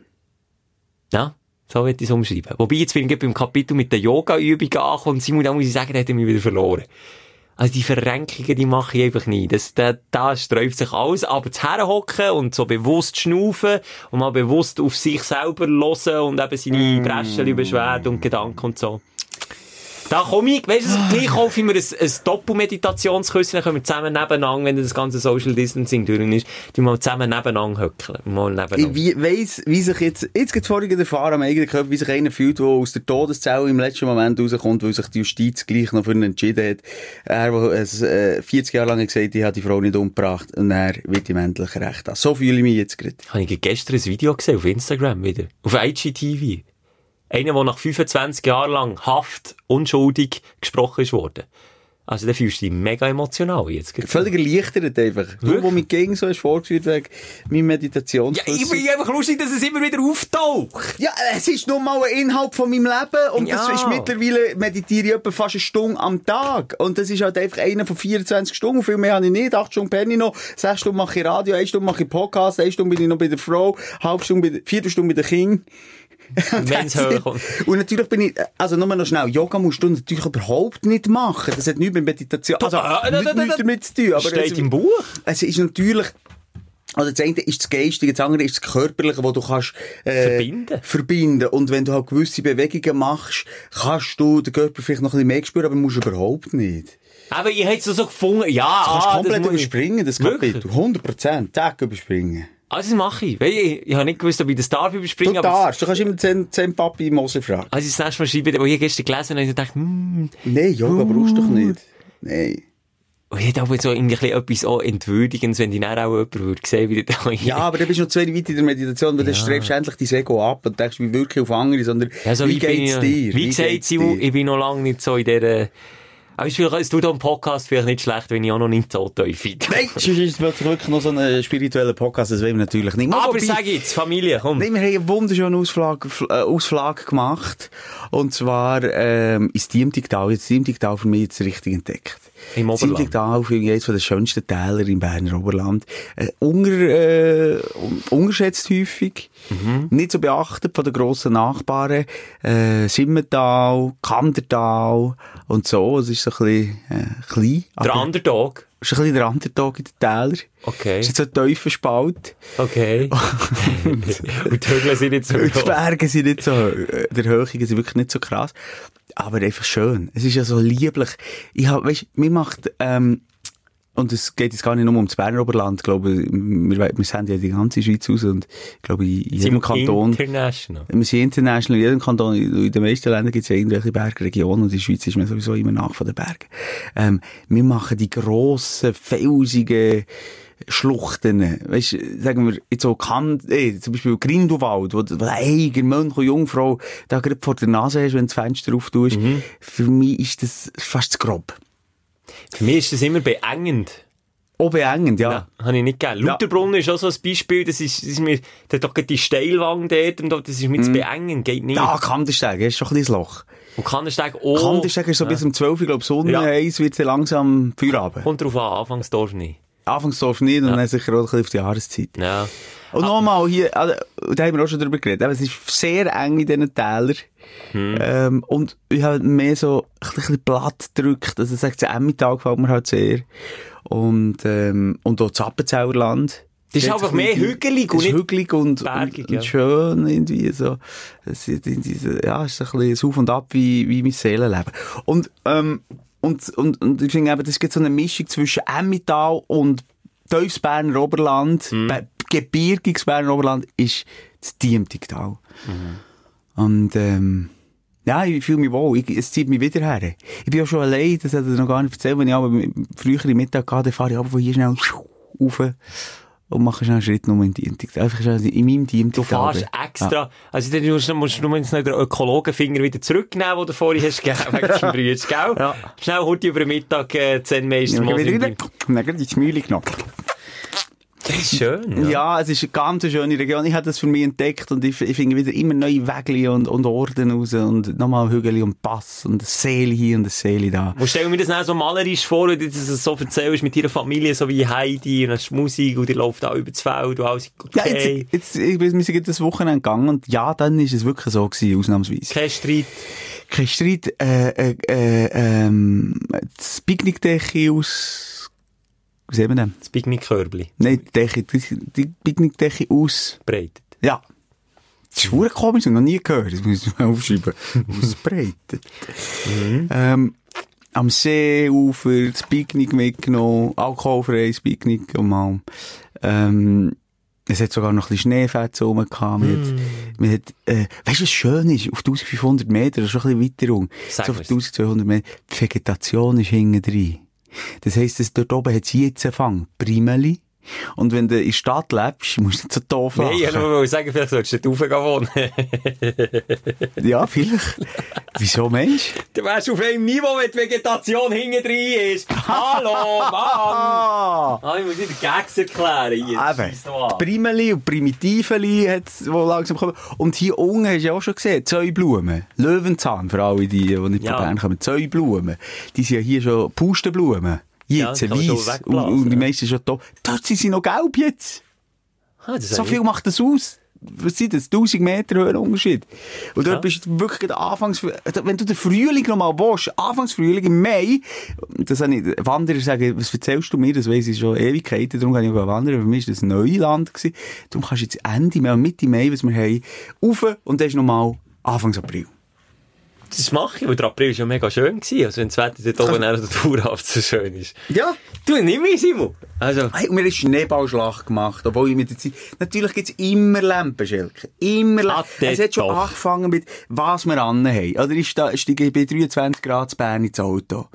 Ja, so würde ich es umschreiben. Wobei, jetzt bin ich beim Kapitel mit den Yoga-Übungen angekommen und Simon, da muss ich sagen, da hat er mich wieder verloren. Also die Verrenkungen, die mache ich einfach nie. Da sträubt sich alles. Aber zu herhocken und so bewusst schnaufen und mal bewusst auf sich selber hören und eben seine Breschen, Beschwerden und Gedanken und so. Da komme ich, weißt du, gleich kaufe ich mir ein Doppel-Meditationskissen, dann können wir zusammen nebeneinander, wenn das ganze Social Distancing durch ist, die mal zusammen nebeneinander höckeln. Ich weiss, wie sich jetzt gibt's vorhin erfahren am eigenen Körper, wie sich einer fühlt, der aus der Todeszelle im letzten Moment rauskommt, weil sich die Justiz gleich noch für ihn entschieden hat. Er, der 40 Jahre lang gesagt hat, ich habe die Frau nicht umgebracht, und er wird ihm endlich recht haben. So fühle ich mich jetzt gerade. Habe ich gestern ein Video gesehen, auf Instagram wieder. Auf IGTV. Einer, der nach 25 Jahren lang Haft unschuldig gesprochen ist worden. Also, da fühlst du dich mega emotional jetzt. Völlig erleichtert einfach. Du, wo mich gegen so hast vorgeführt wegen meinem Meditationskurs. Ja, ich finde einfach lustig, dass es immer wieder auftaucht. Ja, es ist nun mal ein Inhalt von meinem Leben. Und das ist mittlerweile, meditiere ich etwa fast 1 Stunde am Tag. Und das ist halt einfach einer von 24 Stunden. Viel mehr habe ich nicht. 8 Stunden penne ich noch. 6 Stunden mache ich Radio, 1 Stunde mache ich Podcast, 1 Stunde bin ich noch bei der Frau, 4 Stunden bei den Kindern. Wenn's hochkommt. Und natürlich bin ich, also nur noch schnell, Yoga musst du natürlich überhaupt nicht machen. Das hat nichts mit Meditation, also nichts damit zu tun. Aber steht im Buch. Es ist natürlich, also das eine ist das Geistige, das andere ist das Körperliche, wo du kannst verbinden. Und wenn du halt gewisse Bewegungen machst, kannst du den Körper vielleicht noch ein bisschen mehr spüren, aber musst du überhaupt nicht. Aber ich hätte es so gefunden, ja. Du kannst komplett überspringen, das Kapitel. 100%. Tag überspringen. Also das mache ich. Ich habe nicht gewusst, ob ich das darf überspringen. Du darfst. Du kannst immer 10 Papi Moser fragen. Also das nächste Mal schreiben, wo ich gestern gelesen habe, und ich dachte, Nein, Yoga brauchst du doch nicht. Nein. Und ich hätte aber so irgendwie etwas auch Entwürdigendes, wenn ich dann auch jemand würde sehen, wie der da Ja, aber dann bist du noch zu weit in der Meditation, weil dann strebst du endlich dein Ego ab und denkst wie wirklich auf andere, sondern so wie geht's dir? Wie gesagt, Simon, ich bin noch lange nicht so in dieser... Aber es tut am Podcast vielleicht nicht schlecht, wenn ich auch noch nicht so tief bin. Nein, sonst ist es wirklich noch so ein spiritueller Podcast, das wollen wir natürlich nicht. Aber sag jetzt, Familie, komm. Nein, wir haben einen wunderschönen Ausflug gemacht. Und zwar ins Diemtigtal. Jetzt Diemtigtal für mich jetzt richtig entdeckt. Im Oberland. Diemtigtal für mich eines der schönsten Täler im Berner Oberland. Unterschätzt häufig. Nicht so beachtet von den grossen Nachbarn. Simmental, Kandertal und so. Es ist so ein bisschen klein. Der Underdog? Es ist ein bisschen der Underdog in den Tälern. Okay. Es ist jetzt so ein tiefer Spalt. Okay. Und die Hügel sind nicht so hoch. Die Berge sind nicht so, der Höhe sind wirklich nicht so krass. Aber einfach schön. Es ist ja so lieblich. Mir macht, und es geht jetzt gar nicht nur um das Berner Oberland, ich glaube, wir senden ja die ganze Schweiz aus und ich glaube, in jedem Kanton. International. Wir sind international, in jedem Kanton, in den meisten Ländern gibt es ja irgendwelche Bergregionen und in der Schweiz ist man sowieso immer nach von den Bergen. Wir machen die grossen, felsigen Schluchten, weisst, sagen wir, jetzt so zum Beispiel Grindelwald, wo ein eigener Mönch und Jungfrau da gerade vor der Nase hast, wenn du das Fenster auftust. Für mich ist das fast zu grob. Für mich ist das immer beengend. Auch beengend, ja. Habe ich nicht gegeben. Lauterbrunnen ist auch so ein Beispiel, das ist mir, da hat doch die Steilwang dort, und das ist mir zu beengend, geht nicht. Ja, Kandersteg, ist schon ein bisschen Loch. Und Kandersteg auch. Kandersteg ist so bis um 12 Uhr, glaube ich, Sonne heiß, wird es langsam Feierabend. Kommt drauf an, Anfangsdorf nicht. Anfangsdorf nicht, und dann sicher auch ein bisschen auf die Jahreszeit. Ja. Und nochmal hier, also, da haben wir auch schon drüber geredet, es ist sehr eng in diesen Tälern. Und ich habe mehr so ein bisschen platt gedrückt, also sagt der Emmental gefällt mir halt sehr. Und auch das Appenzellerland. Das ist einfach mehr hügelig und nicht hügelig und bergig, und schön irgendwie so. Es ist ist ein bisschen Auf und Ab wie mein Seelenleben. Und ich finde eben, das gibt so eine Mischung zwischen Emmental und tiefes Berner Oberland, gebirgiges Berner Oberland, ist das Diemtigtal. Und, ja, ich fühle mich wohl. Es zieht mich wieder her. Ich bin auch schon allein, das hat er noch gar nicht erzählt, wenn ich aber früher im Mittag gehe, dann fahre ich aber von hier schnell rauf und mache schnell einen Schritt nur in Diemtigtal. Einfach schnell in meinem Diemtigtal. Du fährst extra, ja. Also dann musst du jetzt noch den Ökologenfinger wieder zurücknehmen, den du vorhin hast gegeben, wegen deinem Brütsch, gell? Ja. Schnell heute über den Mittag, Zen-Meister. Und dann geht ins Mühle genommen. Das ist schön, ja. Es ist eine ganz schöne Region. Ich habe das für mich entdeckt und ich finde wieder immer neue Wege und Orden raus und nochmal Hügel und Pass und ein Seele hier und ein Seele da. Und stell mir das dann so malerisch vor, wenn du das so erzählst mit deiner Familie, so wie Heidi und hast Musik und ihr läuft auch über das Feld und alles okay. Ja, wir sind das Wochenende gegangen und ja, dann ist es wirklich so gewesen, ausnahmsweise. Kein Streit. Kein Streit, das Picknickdecke aus... Wie sehen wir denn? Das Picknickkörbli. Nein, die Picknickdecke ausbreitet. Ja. Das ist verdammt komisch, ich habe noch nie gehört. Das muss ich mal aufschreiben. Ausbreitet. Am Seeufer das Picknick mitgenommen, alkoholfreies Picknick und mal. Es hat sogar noch ein bisschen Schneefetzen rumgehabt. Man hat, weißt du, was schön ist? Auf 1500 Meter, das ist schon ein bisschen weiter rum. So auf 1200 Meter. Die Vegetation ist hinten drin. Das heisst, dass dort oben hat es jetzt angefangen. Primeli. Und wenn du in der Stadt lebst, musst du nicht so doof lachen. Nein, ich wollte sagen, vielleicht solltest du dort raufgehen wohnen. Ja, vielleicht. Wieso, Mensch? Du wärst auf einem Niveau, wenn die Vegetation hinten drin ist. Hallo, Mann! Ich muss wieder Gags erklären hier. Eben. Primeli und Primitiveli hat's, wo langsam kommen. Und hier unten hast du ja auch schon gesehen, Zäublumen. Löwenzahn, für alle die nicht von Bern kommen. Zäublumen. Die sind ja hier schon Pustenblumen. Jetzt, ja, weiss. Und die meisten schon da. Dort sind sie noch gelb jetzt. So viel macht das aus. Was sind das? 1000 Meter höher Unterschied. Und dort bist du wirklich wenn du den Frühling noch mal willst, Anfangsfrühling im Mai, das habe ich, Wanderer sagen, was erzählst du mir? Das weiss ich schon Ewigkeiten, darum kann ich auch wandern. Für mich war das ein Neuland gewesen. Darum kannst du jetzt Ende Mai, Mitte Mai, was wir haben, rauf und dann ist noch mal Anfangs April. Das mache ich, weil der April schon mega schön war. Also wenn das Wetter dort oben an der Tourhaft so schön ist. Ja. Du, nimm mich, Simon. Also. Hey, und mir ist Schneeballschlacht gemacht, obwohl ich mit der Zeit... Natürlich gibt's immer Lampen, Schelke. Immer Lampen. Es hat schon angefangen mit, was wir anhaben. Oder ich steige bei 23 Grad zu Bern ins Auto.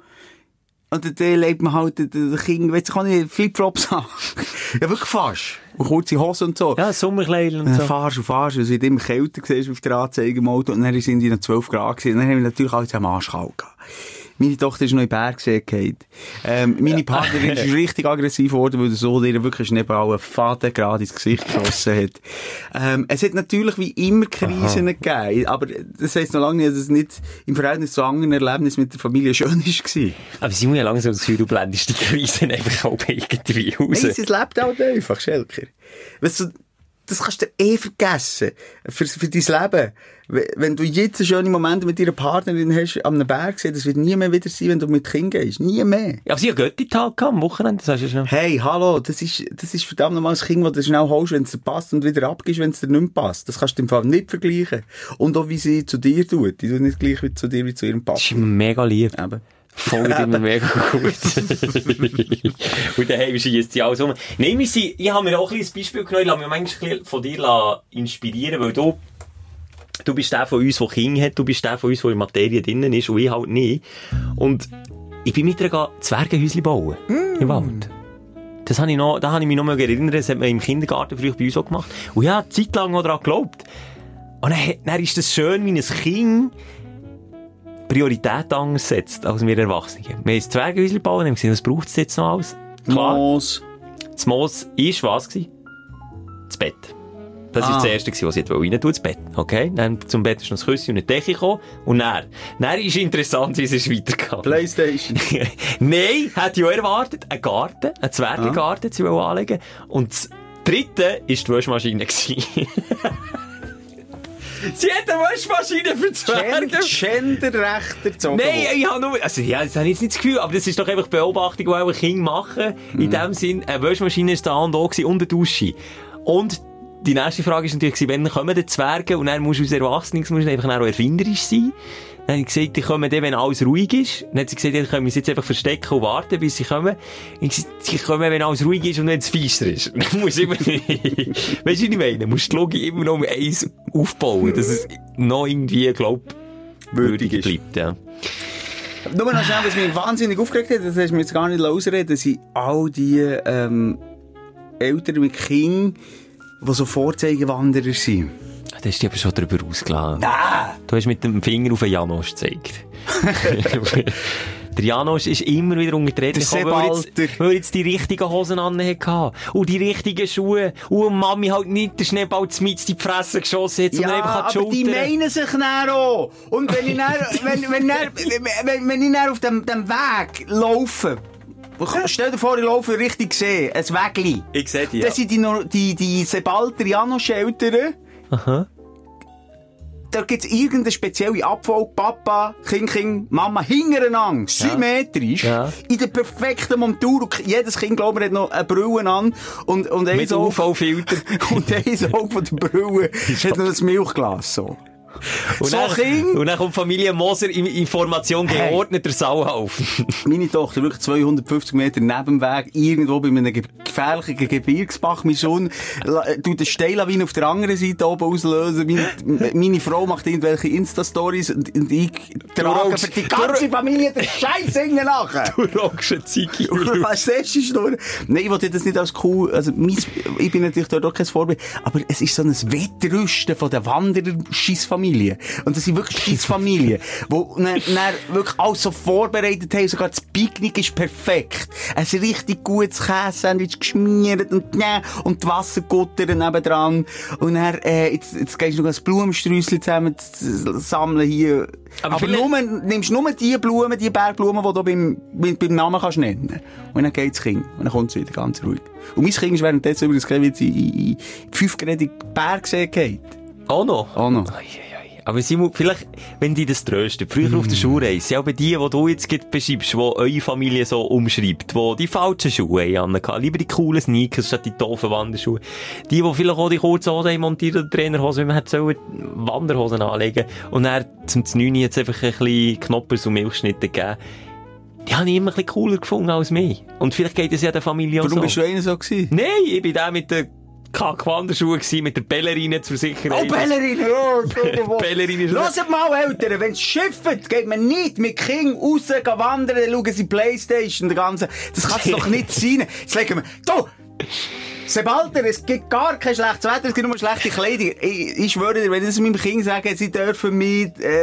Und dann lebt man halt, der Kind, weißt du, kann ich Flipflops haben. Ja, wirklich fast. Und kurze Hose und so. Ja, Sommerkleidel und so. Und dann fahrst du, es wird immer kälter gesehen auf der Anzeige im Auto. Und dann sind die noch 12 Grad gewesen. Und dann haben wir natürlich alle am Arsch kalt gehabt. Meine Tochter ist noch in Berg gesehen. Meine Partnerin ist richtig aggressiv geworden, weil der Sohn ihr wirklich Schneeball einen Faden gerade ins Gesicht geschossen hat. Es hat natürlich wie immer Krisen gegeben. Aber das heisst noch lange nicht, dass es nicht im Verhältnis zu anderen Erlebnissen mit der Familie schön war. Aber sie muss ja langsam das Gefühl, du blendest die Krisen einfach auch irgendwie raus. Nein, sie lebt halt einfach, Schelker. Weißt du, das kannst du vergessen. Für dein Leben. Wenn du jetzt schöne Momente mit deiner Partnerin hast, am Berg gesehen, das wird nie mehr wieder sein, wenn du mit Kind gehst. Nie mehr. Ja, aber sie hat einen Götti-Tag gehabt am Wochenende, das hast du schon. Hey, hallo, das ist verdammt nochmal ein Kind, das du schnell holst, wenn es dir passt und wieder abgibst, wenn es dir nicht mehr passt. Das kannst du im Fall nicht vergleichen. Und auch wie sie zu dir tut. Die tut nicht gleich zu dir wie zu ihrem Papa. Das ist immer mega lieb. Eben. Folgt immer mega gut. Und daheim schießt sie alles um. Nein, ich habe mir auch ein Beispiel genommen, ich lasse mich manchmal von dir inspirieren, weil du bist der von uns, der Kinder hat, du bist der von uns, der in Materie drinnen ist, und ich halt nicht. Und ich bin mit dir Zwergenhäuschen bauen. Im Wald. Da habe ich mich noch mal erinnert, das hat man im Kindergarten früher bei uns auch gemacht. Und ich habe zeitlang noch daran geglaubt. Und dann ist das schön, wie ein Kind Priorität anders setzt als wir Erwachsene. Wir haben ein Zwergenhäuschen gebaut und haben gesehen, was braucht es jetzt noch alles? klar. Moos. Das Moos ist was gewesen? Das Bett. Das war das Erste, was sie rein tun, das Bett. Okay? Dann zum Bett ist noch das Küsschen und eine Decke gekommen. Und dann ist interessant, wie es ist weitergegangen. Playstation. Nein, hätte ich auch erwartet. Ein Garten, ein Zwergengarten, sie wollen anlegen. Und das Dritte war die Waschmaschine. Sie hat eine Waschmaschine für Zwerge. Genderrecht erzogen. Nein, ich habe nur, also, ja, das habe ich jetzt nicht das Gefühl, aber das ist doch einfach Beobachtung, die auch Kinder machen. In dem Sinn, eine Waschmaschine ist da und da gewesen, und eine Dusche. Und die nächste Frage ist natürlich, wenn kommen die Zwerge, und dann musst du als Erwachsener einfach auch erfinderisch sein. Dann habe ich gesagt, die kommen dann, wenn alles ruhig ist. Dann hat sie gesagt, dann können wir sie jetzt einfach verstecken und warten, bis sie kommen. Ich habe gesagt, sie kommen, wenn alles ruhig ist und wenn es feister ist. Dann muss immer, weißt du, was ich meine? Du musst die Logik immer noch um eins aufbauen, dass es noch irgendwie, würdig bleibt, ja. Nur noch schnell, was mich wahnsinnig aufgeregt hat, das hast du mir jetzt gar nicht ausreden, sind all die, Eltern mit Kindern, die so Vorzeigewanderer sind. Da hast du aber schon drüber ausgelassen. Nein! Du hast mit dem Finger auf den Janosch gezeigt. Der Janosch ist immer wieder untertreten, weil er jetzt die richtigen Hosen an hatte. Und die richtigen Schuhe. Und Mami halt nicht den Schneeball in die Fresse geschossen hat, sondern einfach an die Schulter. Die meinen sich dann auch. Und wenn ich dann, wenn ich dann auf dem Weg laufe, stell dir vor, ich laufe richtig gesehen, ein Wägli. Ich seh die, ja. Das sind die Sebalter Janosch-Eltern. Aha. Da gibt's irgendeine spezielle Abfolge, Papa, Kind, Mama, hintereinander, symmetrisch, in der perfekten Montur. Und jedes Kind, glaube ich, hat noch eine Brille an. Und mit UV-Filter. Und ein Auge von der Brille hat noch ein Milchglas, so. Und dann kommt Familie Moser in Formation geordneter Sauhaufen. Meine Tochter wirklich 250 Meter neben dem Weg, irgendwo bei einem gefährlichen Gebirgsbach. Mein Sohn tut eine Steillawine auf der anderen Seite oben auslösen. Meine Frau macht irgendwelche Insta-Stories und ich trage für die ganze Familie den Scheiß hinten nachher. Du rockst eine Ziege. Was ist das nur? Nein, ich wollte das nicht als cool, also ich bin natürlich dort auch kein Vorbild, aber es ist so ein Wettrüsten von der Wanderer-Scheissfamilie. Und das sind wirklich Scheissfamilien, die dann wirklich alles so vorbereitet haben. Sogar das Picknick ist perfekt. Ein richtig gutes Käse-Sandwich geschmiert und die Wassergutter nebendran. Und dann, jetzt gehst du noch ein Blumensträußchen zusammen sammeln hier. Aber nimmst nur die Blumen, die Bergblumen, die du beim Namen kannst nennen. Und dann geht's Kind. Und dann kommt's wieder ganz ruhig. Und mein Kind ist währenddessen übrigens in 5-gradige Bergsee geht. Auch noch? Auch noch. Aber Simon, vielleicht, wenn die das trösten, früher auf der Schulreise, sind aber die du jetzt beschreibst, die eure Familie so umschreibt, die die falschen Schuhe haben, lieber die coolen Sneakers statt die doofen Wanderschuhe, die vielleicht auch die kurzen Hosen haben montiert oder Trainerhosen, weil man hat so Wanderhosen anlegen und dann zum 9 jetzt einfach ein bisschen Knoppers und Milchschnitte gegeben. Die habe ich immer ein bisschen cooler gefunden als mich. Und vielleicht geht es ja der Familie auch so. Warum bist du einer so gewesen? Nein, ich bin der mit der Kack-Wanderschuhe gsi, mit der Bellerine zur Sicherheit. Oh, Bellerine! Oh, Bellerine ist... Hört mal, Eltern, wenn es schifft, geht man nicht mit Kindern raus, wandern, dann schauen sie Playstation, das kann es doch nicht sein. Jetzt legen wir, du! Sebalter, es gibt gar kein schlechtes Wetter, es gibt nur schlechte Kleidung. Ich schwöre dir, wenn ich das meinem Kind sage, sie dürfen mich,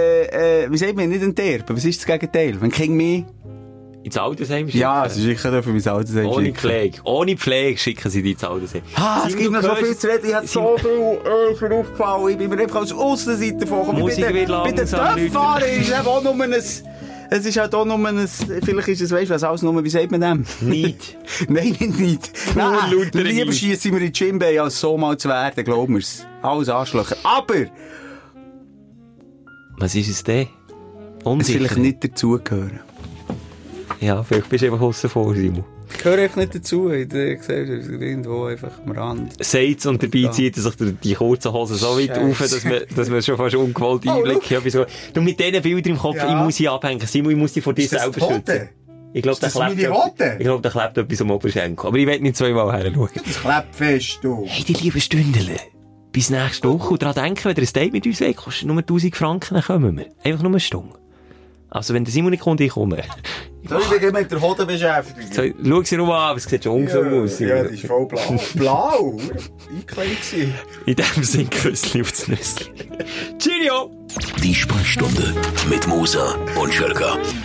wie sagt man, nicht enterben. Was ist das Gegenteil? Wenn Kind mich... ins Altersheim schicken? Ja, sie schicken dürfen mich ins Altersheim ohne Pflege. Ohne Pflege schicken sie dich ins Altersheim. Es gibt noch so viel zu reden. Ich habe so viel aufgefallen. Ich bin mir einfach als Aussenseite davon. Musik wird langsam. Bei den Töpffahren ist es auch nur es ist halt auch nur vielleicht ist es, weißt du, was alles nur, wie sagt man dem? Nicht. Nein, nicht. Nein, lieber schiessen wir in die Jimbei, als so mal zu werden, glaub mir's. Alles Arschlöcher. Aber! Was ist es denn? Unsicher. Es vielleicht nicht dazugehören. Ja, vielleicht bist du einfach aussen vor, Simon. Ich gehöre einfach nicht dazu. Ich habe gesagt, irgendwo einfach am Rand. Seid's und dabei zieht er sich die kurzen Hosen so weit auf, dass man schon fast ungewollt Einblick hat. Du, mit diesen Bildern im Kopf, ich muss sie abhängen. Simon, ich muss dich vor dir selber schützen. Ich glaube, da klebt etwas am Oberschenkel. Aber ich will nicht zweimal her schauen. Das klebt fest, du. Hey, die lieben Stündler. Bis nächste Woche. Und daran denken, wenn ihr ein Date mit uns wollt, kostet nur 1000 Franken, dann kommen wir. Einfach nur eine Stunde. Also, wenn der Simon nicht kommt, ich komme. Soll ich mich mit der Hoden beschäftigen? Schau sie nur an, aber es sieht schon ungesund aus. Ja, die ist voll blau. Blau? Eingekleidet. In dem Sinne, Küssli aufs Nüssli. Cheerio! Die Sprechstunde mit Musa und Schölker.